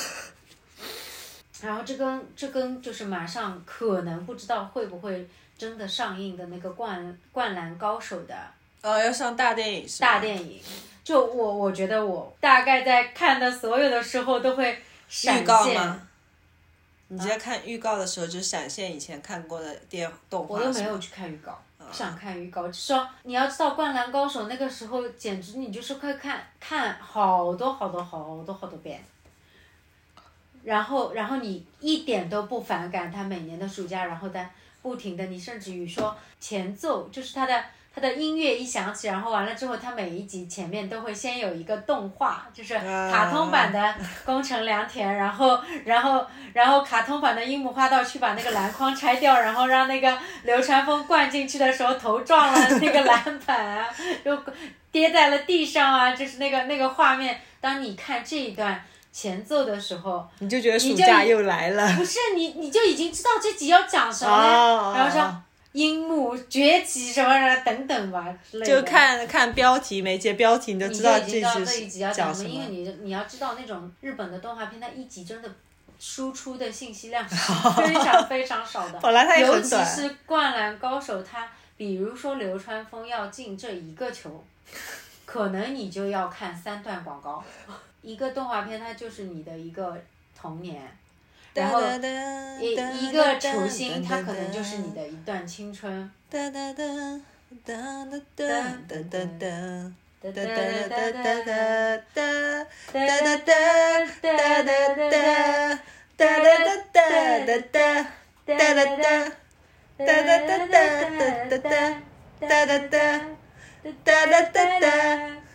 然后这跟这跟就是马上可能不知道会不会。真的上映的那个灌灌篮高手的， 哦，要上大电影是吧？ 大电影，就我我觉得我大概在看的所有的时候都会闪现。 预告吗？你在看预告的时候就闪现以前看过的电动画。 我都没有去看预告，不想看预告。说你要知道灌篮高手那个时候简直你就是快看看好多好多好多好多遍。然后然后你一点都不反感他每年的暑假，然后在。不停的，你甚至于说前奏就是他的他的音乐一响起，然后完了之后，他每一集前面都会先有一个动画，就是卡通版的宫城良田，然后然后然后卡通版的樱木花道去把那个篮筐拆掉，然后让那个流川枫灌进去的时候头撞了那个篮板啊，就跌在了地上啊，就是那个那个画面。当你看这一段。前奏的时候， 你就觉得暑假又来了。 不是你，你就已经知道这集要讲什么了， oh, 然后说樱木崛起什么什么等等吧之类的。 就看看标题，每节标题你就知道这集这一集要讲什么。因为你你要知道那种日本的动画片，它一集真的输出的信息量是非常非常少的。 本来它也很短。尤其是《灌篮高手》，它比如说流川枫要进这一个球，可能你就要看三段广告。一个动画片它就是你的一个童年，然后一一个球星它可能就是你的一段青春。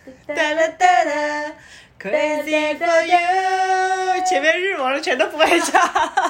哒啦哒啦 Crazy for you， 前面日文全都不会唱。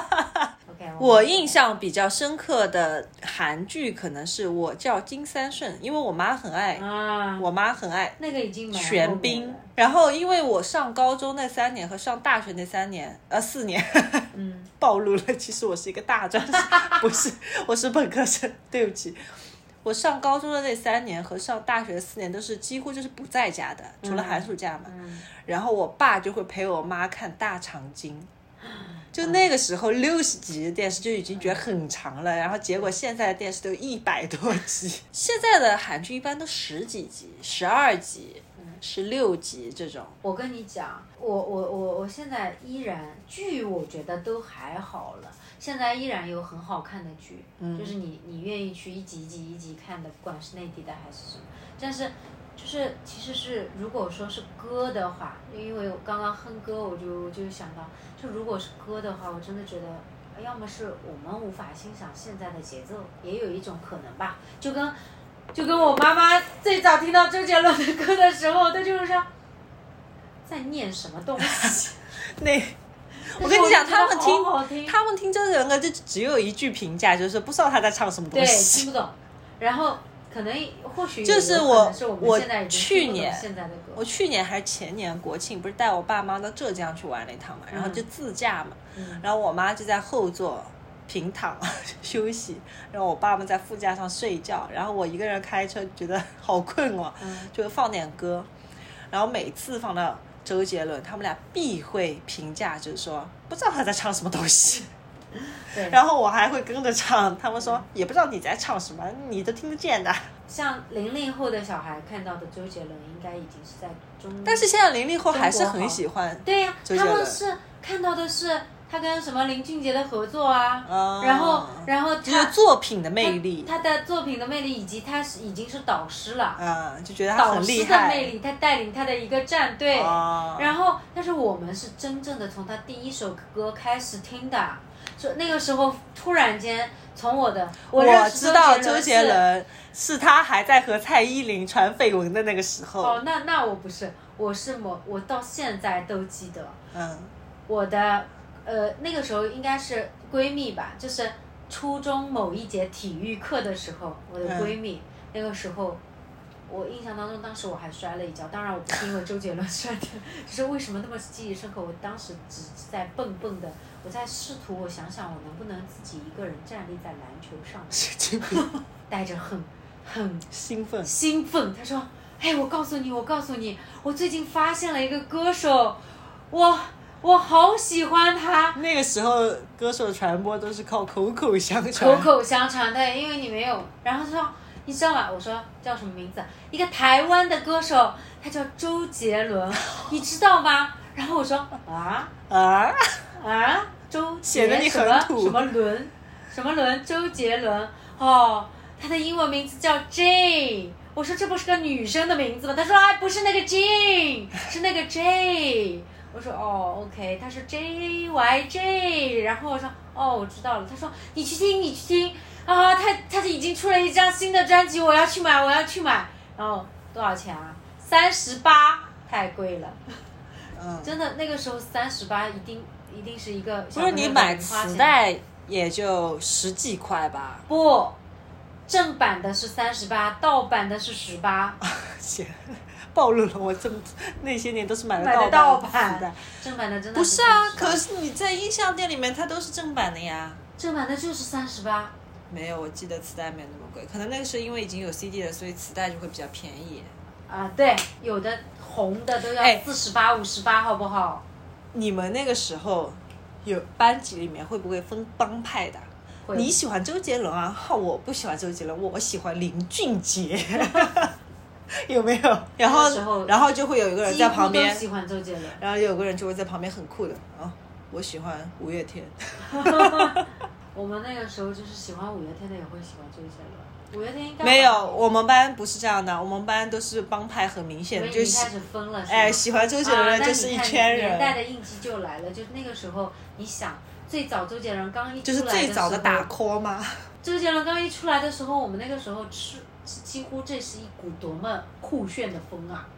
OK， 我印象比较深刻的韩剧可能是我叫金三顺，因为我妈很爱， 啊， 我妈很爱那个已经蛮玄后面彬了， 然后因为我上高中那三年和上大学那三年，呃四年， 嗯， 暴露了，其实我是一个大专生，不是，我是本科生，对不起。我上高中的那三年和上大学的四年都是几乎就是不在家的，除了寒暑假嘛。 嗯、 然后我爸就会陪我妈看《大长今》，就那个时候六十集的电视就已经觉得很长了，然后结果现在的电视都一百多集，现在的韩剧一般都十几集、十二集、十六集这种。 我跟你讲，我我我我现在依然剧，我觉得都还好了。现在依然有很好看的剧，嗯、就是你你愿意去一集一集一集看的，不管是内地的还是什么。但是就是其实是如果说是歌的话，因为我刚刚哼歌，我就就想到，就如果是歌的话，我真的觉得，要么是我们无法欣赏现在的节奏，也有一种可能吧，就跟就跟我妈妈最早听到周杰伦的歌的时候，她就是说在念什么东西， 那。我跟你讲，他们听好好听他们听这个歌就只有一句评价，就是不知道他在唱什么东西， 对，听不懂。然后可能或许就是我我现在去年现在的歌， 我去年还是前年国庆，不是带我爸妈到浙江去玩了一趟嘛，然后就自驾嘛， 嗯、 然后我妈就在后座平躺休息，然后我爸妈在副驾上睡觉，然后我一个人开车觉得好困哦， 嗯、 就放点歌，然后每次放到周杰伦，他们俩必会评价，就是说不知道他在唱什么东西。 对， 然后我还会跟着唱，他们说也不知道你在唱什么，你都听得见的。 像零零后的小孩看到的周杰伦，应该已经是在中， 但是现在零零后还是很喜欢。 对呀、 周杰伦， 他们是看到的是他跟什么林俊杰的合作啊， 哦、 然后然后就是作品的魅力， 他, 他的作品的魅力，以及他是已经是导师了， 嗯，就觉得他很厉害。 导师的魅力，他带领他的一个战队， 哦、 然后但是我们是真正的从他第一首歌开始听的。就那个时候，突然间从我的 我, 我知道周杰伦是他还在和蔡依林传绯闻的那个时候。 哦，那那我不是，我是某我到现在都记得。 嗯， 我的呃那个时候应该是闺蜜吧，就是初中某一节体育课的时候，我的闺蜜、嗯、那个时候。我印象当中，当时我还摔了一跤，当然我不是因为周杰伦摔的，就是为什么那么记忆深刻？我当时只在蹦蹦的，我在试图我想想我能不能自己一个人站立在篮球上，带着很很兴奋兴奋。他说：“哎，我告诉你，我告诉你，我最近发现了一个歌手，我我好喜欢他。” 那个时候歌手传播都是靠口口相传， 口口相传，对，因为你没有。然后他说。你知道吗？我说叫什么名字？一个台湾的歌手，他叫周杰伦，你知道吗？然后我说啊啊啊，周杰显得你很土什么伦什么伦，周杰伦哦，他的英文名字叫 J。我说这不是个女生的名字吗？他说啊，不是那个 J， 是那个 J。我说哦 ，OK， 他是 J Y J。然后我说哦，我知道了。他说你去听，你去听。啊，他他已经出了一张新的专辑，我要去买，我要去买。然后多少钱啊？三十八，太贵了。嗯，真的那个时候三十八一定一定是一个小朋友的零花钱。 不是你买磁带也就十几块吧？ 不，正版的是三十八，盗版的是十八。 暴露了，我这么那些年都是买的盗版盗版磁带， 正版的真的不是啊。可是你在音像店里面，它都是正版的呀。 正版的就是三十八。 没有，我记得磁带没那么贵，可能那个是因为已经有 C D 了，所以磁带就会比较便宜。 啊，对，有的红的都要四十八、五十八，好不好？ 你们那个时候有班级里面会不会分帮派的？你喜欢周杰伦啊？我不喜欢周杰伦，我喜欢林俊杰。有没有？然后然后就会有一个人在旁边， 几乎都喜欢周杰伦， 然后有个人就会在旁边很酷的啊，我喜欢五月天。 我们那个时候就是喜欢五月天的也会喜欢周杰伦，五月天应该没有，我们班不是这样的，我们班都是帮派很明显的，就开始分了。 哎，喜欢周杰伦的就是一圈人， 年代的印记就来了。就是那个时候，你想最早周杰伦刚一出来的时候， 就是最早的打 call 吗？ 周杰伦刚一出来的时候，我们那个时候吃，几乎这是一股多么酷炫的风啊！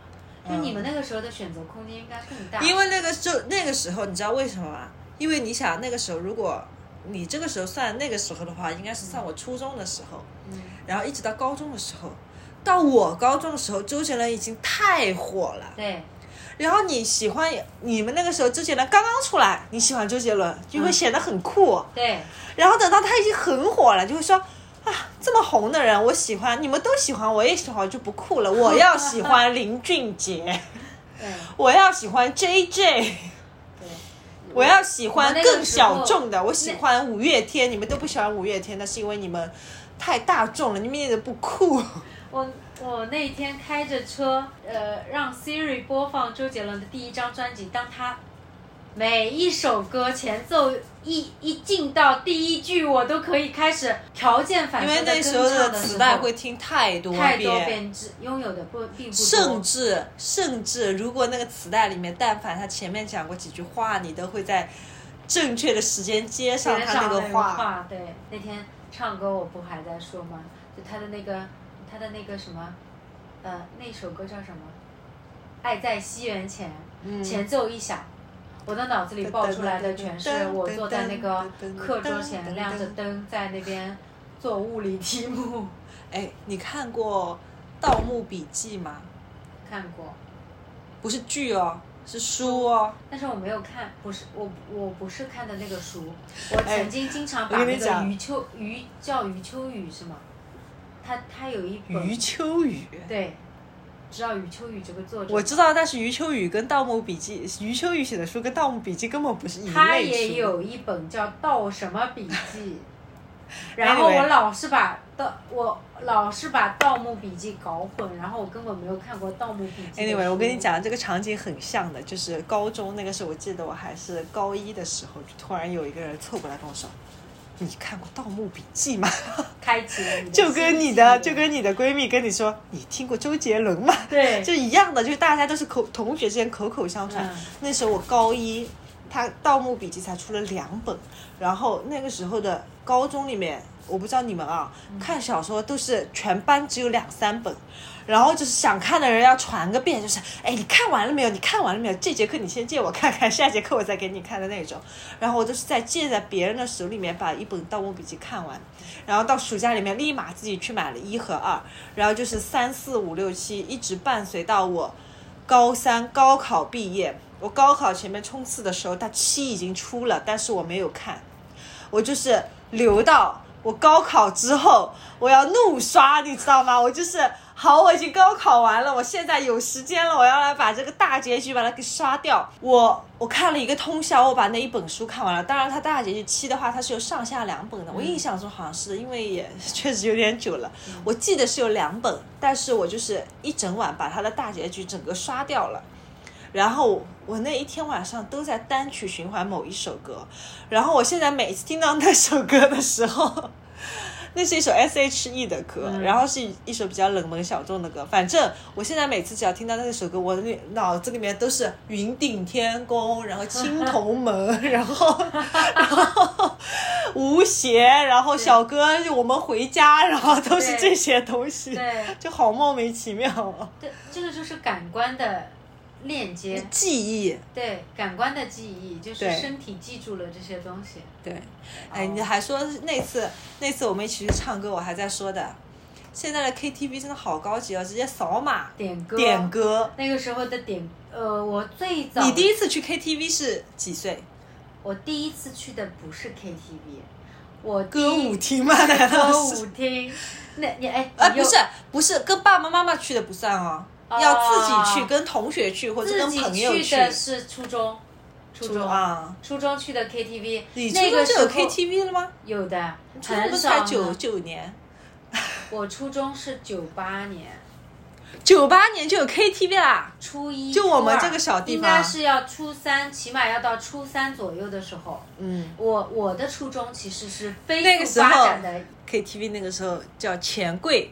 就你们那个时候的选择空间应该更大。 因为那个时候那个时候你知道为什么吗？因为你想那个时候，如果你这个时候算那个时候的话，应该是算我初中的时候，嗯，然后一直到高中的时候，到我高中的时候，周杰伦已经太火了。 对。 然后你喜欢你们那个时候周杰伦刚刚出来，你喜欢周杰伦就会显得很酷。 嗯、对。 然后等到他已经很火了，就会说啊，这么红的人我喜欢，你们都喜欢，我也喜欢，就不酷了。我要喜欢林俊杰， 对， 我要喜欢 J J。我要喜欢更小众的，我喜欢五月天，你们都不喜欢五月天，那是因为你们太大众了，你们一点都不酷。 我我那天开着车，呃，让 Siri 播放周杰伦的第一张专辑，当他每一首歌前奏一一进到第一句，我都可以开始条件反射的跟唱的时候， 因为那时候的磁带会听太多遍， 太多遍，拥有的不并不多。 甚至甚至，如果那个磁带里面，但凡他前面讲过几句话，你都会在正确的时间接上他那个话。 话对，那天唱歌我不还在说吗？就他的那个他的那个什么，呃，那首歌叫什么？爱在西元前，嗯、前奏一响。我的脑子里爆出来的全是我坐在那个课桌前亮着灯在那边做物理题目。 哎，你看过《盗墓笔记》吗？ 看过。 不是剧哦，是书哦。 但是我没有看，不是我我不是看的那个书，我曾经经常把那个余秋余叫余秋雨是吗？他他有一本余秋雨。 对。知道余秋雨这个作者， 我知道，但是余秋雨跟《盗墓笔记》，余秋雨写的书跟《盗墓笔记》根本不是一类书。 他也有一本叫《盗什么笔记》，然后我老是把盗我老是把《盗墓笔记》搞混，然后我根本没有看过《盗墓笔记》。 Anyway， 我跟你讲，这个场景很像的，就是高中那个时候，我记得我还是高一的时候，就突然有一个人凑过来跟我说。你看过《盗墓笔记》吗？ 开启了你的就跟你的就跟你的闺蜜跟你说，你听过周杰伦吗？ 对， 就一样的，就是大家都是口同学之间口口相传。嗯、那时候我高一，他《盗墓笔记》才出了两本，然后那个时候的高中里面，我不知道你们啊，嗯、看小说都是全班只有两三本。然后就是想看的人要传个遍，就是哎，你看完了没有？你看完了没有？这节课你先借我看看，下节课我再给你看的那种。然后我都是在借在别人的手里面把一本《盗墓笔记》看完，然后到暑假里面立马自己去买了一和二，然后就是三四五六七一直伴随到我高三高考毕业。我高考前面冲刺的时候，它七已经出了，但是我没有看，我就是留到我高考之后，我要怒刷，你知道吗？我就是。好，我已经高考完了，我现在有时间了，我要来把这个大结局把它给刷掉。我我看了一个通宵，我把那一本书看完了。当然，它大结局七的话，它是有上下两本的。我印象中好像是，因为也确实有点久了，我记得是有两本，但是我就是一整晚把它的大结局整个刷掉了。然后我那一天晚上都在单曲循环某一首歌，然后我现在每次听到那首歌的时候。那是一首 S H E 的歌、嗯、然后是一首比较冷门小众的歌，反正我现在每次只要听到那首歌，我的脑子里面都是云顶天宫，然后青铜门然后然后吴邪，然后小哥我们回家，然后都是这些东西， 对， 就好莫名其妙。 对，这个就是感官的链接， 记忆， 对，感官的记忆，就是身体记住了这些东西。 对，哎，你还说那次那次我们一起去唱歌，我还在说的，现在的 K T V 真的好高级哦，直接扫码点歌， 点歌。 那个时候的点，呃，我最早， 你第一次去 K T V 是几岁？ 我第一次去的不是 K T V， 我歌舞厅吗？难道是歌舞厅？那你哎， 啊，不是不是，跟爸爸妈妈去的不算哦。要自己去，跟同学去，或者跟朋友去。 自己去的是初中，初中啊， 初中去的 K T V。 你初中就有 K T V 了吗？ 有的， 初中不是才九九年？ 我初中是九八年， 九八年就有 K T V 啦。 初一， 就我们这个小地方， 应该是要初三，起码要到初三左右的时候。嗯，我我的初中其实是飞速发展的。 K T V 那个时候叫钱柜。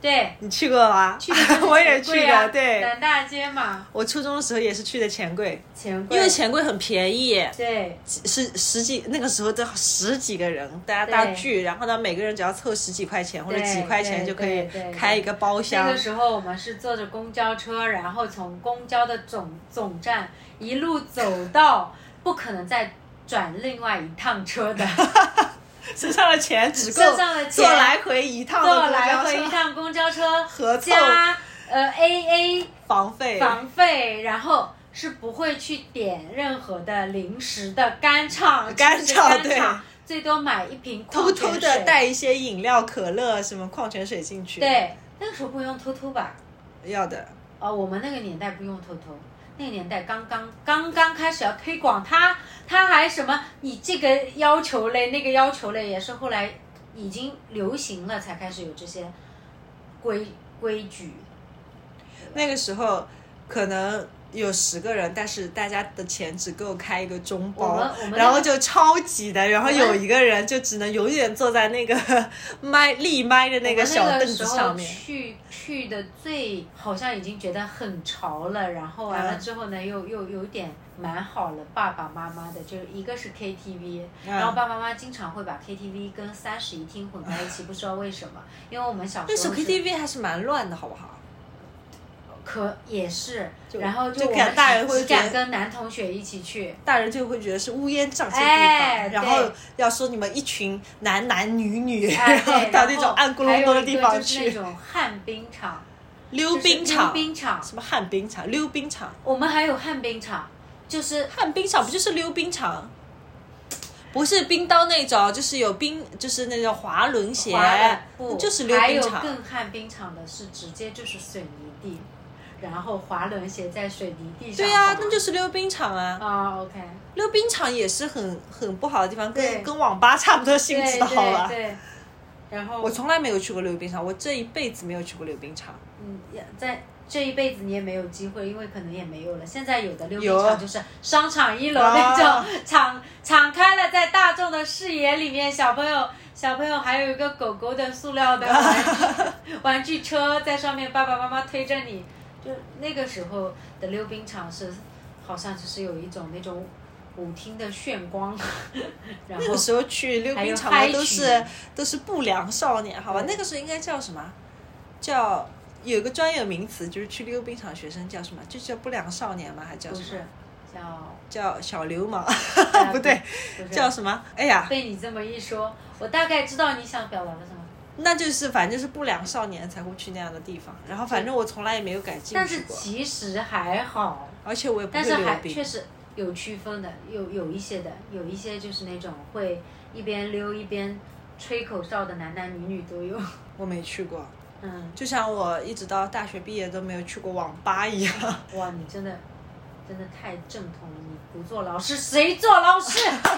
对， 你去过吗？ 去的就是我也去过， 钱柜啊对。 南大街嘛， 我初中的时候也是去的钱柜， 钱柜， 因为钱柜很便宜， 对， 十十几那个时候都十几个人，大家大聚，然后呢，每个人只要凑十几块钱或者几块钱就可以开一个包厢。 那个时候我们是坐着公交车，然后从公交的总总站一路走到，不可能再转另外一趟车的。 身上的钱只够坐来回一趟的坐公交车， 来回一趟公交车合凑加呃 A A 房费房费，然后是不会去点任何的零食的干唱， 干唱对， 最多买一瓶矿偷泉水， 偷的带一些饮料、可乐什么矿泉水进去。 对，那个时候不用偷偷吧？ 要的。 哦，我们那个年代不用偷偷。那个年代刚刚刚刚开始要推广它，它还什么你这个要求嘞，那个要求嘞，也是后来已经流行了才开始有这些规规矩。 那个时候可能有十个人，但是大家的钱只够开一个中包， 我们我们然后就超挤的，然后有一个人就只能永远坐在那个麦立麦的那个小凳子上面。 去去的最好像已经觉得很潮了，然后完了之后呢，嗯、又又有点蛮好了，爸爸妈妈的，就一个是 K T V，、嗯、然后爸爸妈妈经常会把 K T V 跟三室一厅混在一起，不知道为什么，因为我们小时候那时候 K T V 还是蛮乱的，好不好？ 可也是，然后就我们大人会只敢跟男同学一起去， 大人就会觉得是乌烟瘴气的地方， 哎、 然后要说你们一群男男女女， 哎、 然后到那种暗咕隆咚的地方去， 还有一个就是那种旱冰场、 溜冰场、 溜冰场， 什么旱冰场、溜冰场， 我们还有旱冰场，就是旱冰场不就是溜冰场？不是冰刀那种，就是有冰，就是那种滑轮鞋， 不就是溜冰场。 还有更旱冰场的是直接就是水泥地。然后滑轮鞋在水泥地上， 对啊，那就是溜冰场啊。 啊、oh, ，OK。 溜冰场也是很很不好的地方，跟跟网吧差不多性质的，好吧？ 对。对然后我从来没有去过溜冰场，我这一辈子没有去过溜冰场。 嗯，在这一辈子你也没有机会，因为可能也没有了。现在有的溜冰场就是商场一楼那种敞敞开了，在大众的视野里面，小朋友。小朋友还有一个狗狗的塑料的玩具玩具车在上面，爸爸妈妈推着你，就那个时候的溜冰场是，好像就是有一种那种舞厅的炫光，然后那个时候去溜冰场的都是都是不良少年，好吧？那个时候应该叫什么？叫有一个专业名词，就是去溜冰场学生叫什么？就叫不良少年吗？还叫什么？ 不是，叫叫小流氓， 啊、 不对，叫什么？哎呀， 被你这么一说，我大概知道你想表达的什么。 那就是反正就是不良少年才会去那样的地方，然后反正我从来也没有敢进去过。 但是其实还好， 而且我也不会溜冰。 但是还确实有区分的，有有一些的，有一些就是那种会一边溜一边吹口哨的男男女女都有。 我没去过， 嗯， 就像我一直到大学毕业都没有去过网吧一样。 哇，你真的真的太正统了！你不做老师，谁做老师？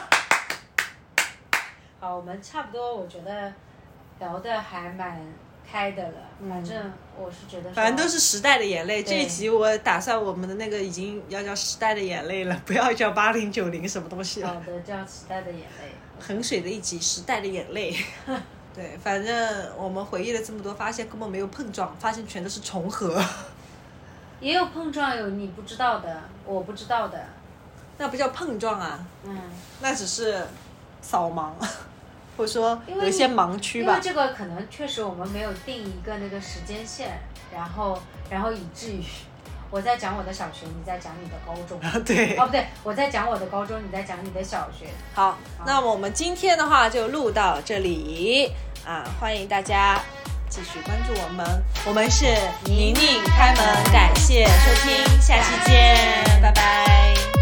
好，我们差不多，我觉得聊的还蛮开的了。反正我是觉得， 反正都是时代的眼泪。这一集我打算我们的那个已经要叫时代的眼泪了，不要叫八零九零什么东西了。 好的，叫时代的眼泪。 衡水的一集，时代的眼泪。对，反正我们回忆了这么多，发现根本没有碰撞，发现全都是重合。 也有碰撞，有你不知道的，我不知道的。 那不叫碰撞啊， 嗯， 那只是扫盲。或者说有一些盲区吧， 因为这个可能确实我们没有定一个那个时间线，然后然后以至于我在讲我的小学，你在讲你的高中， 对， 哦不对，我在讲我的高中，你在讲你的小学。 好，好那么我们今天的话就录到这里啊，欢迎大家继续关注我们，我们是宁宁开门，感谢收听，下期见，拜拜。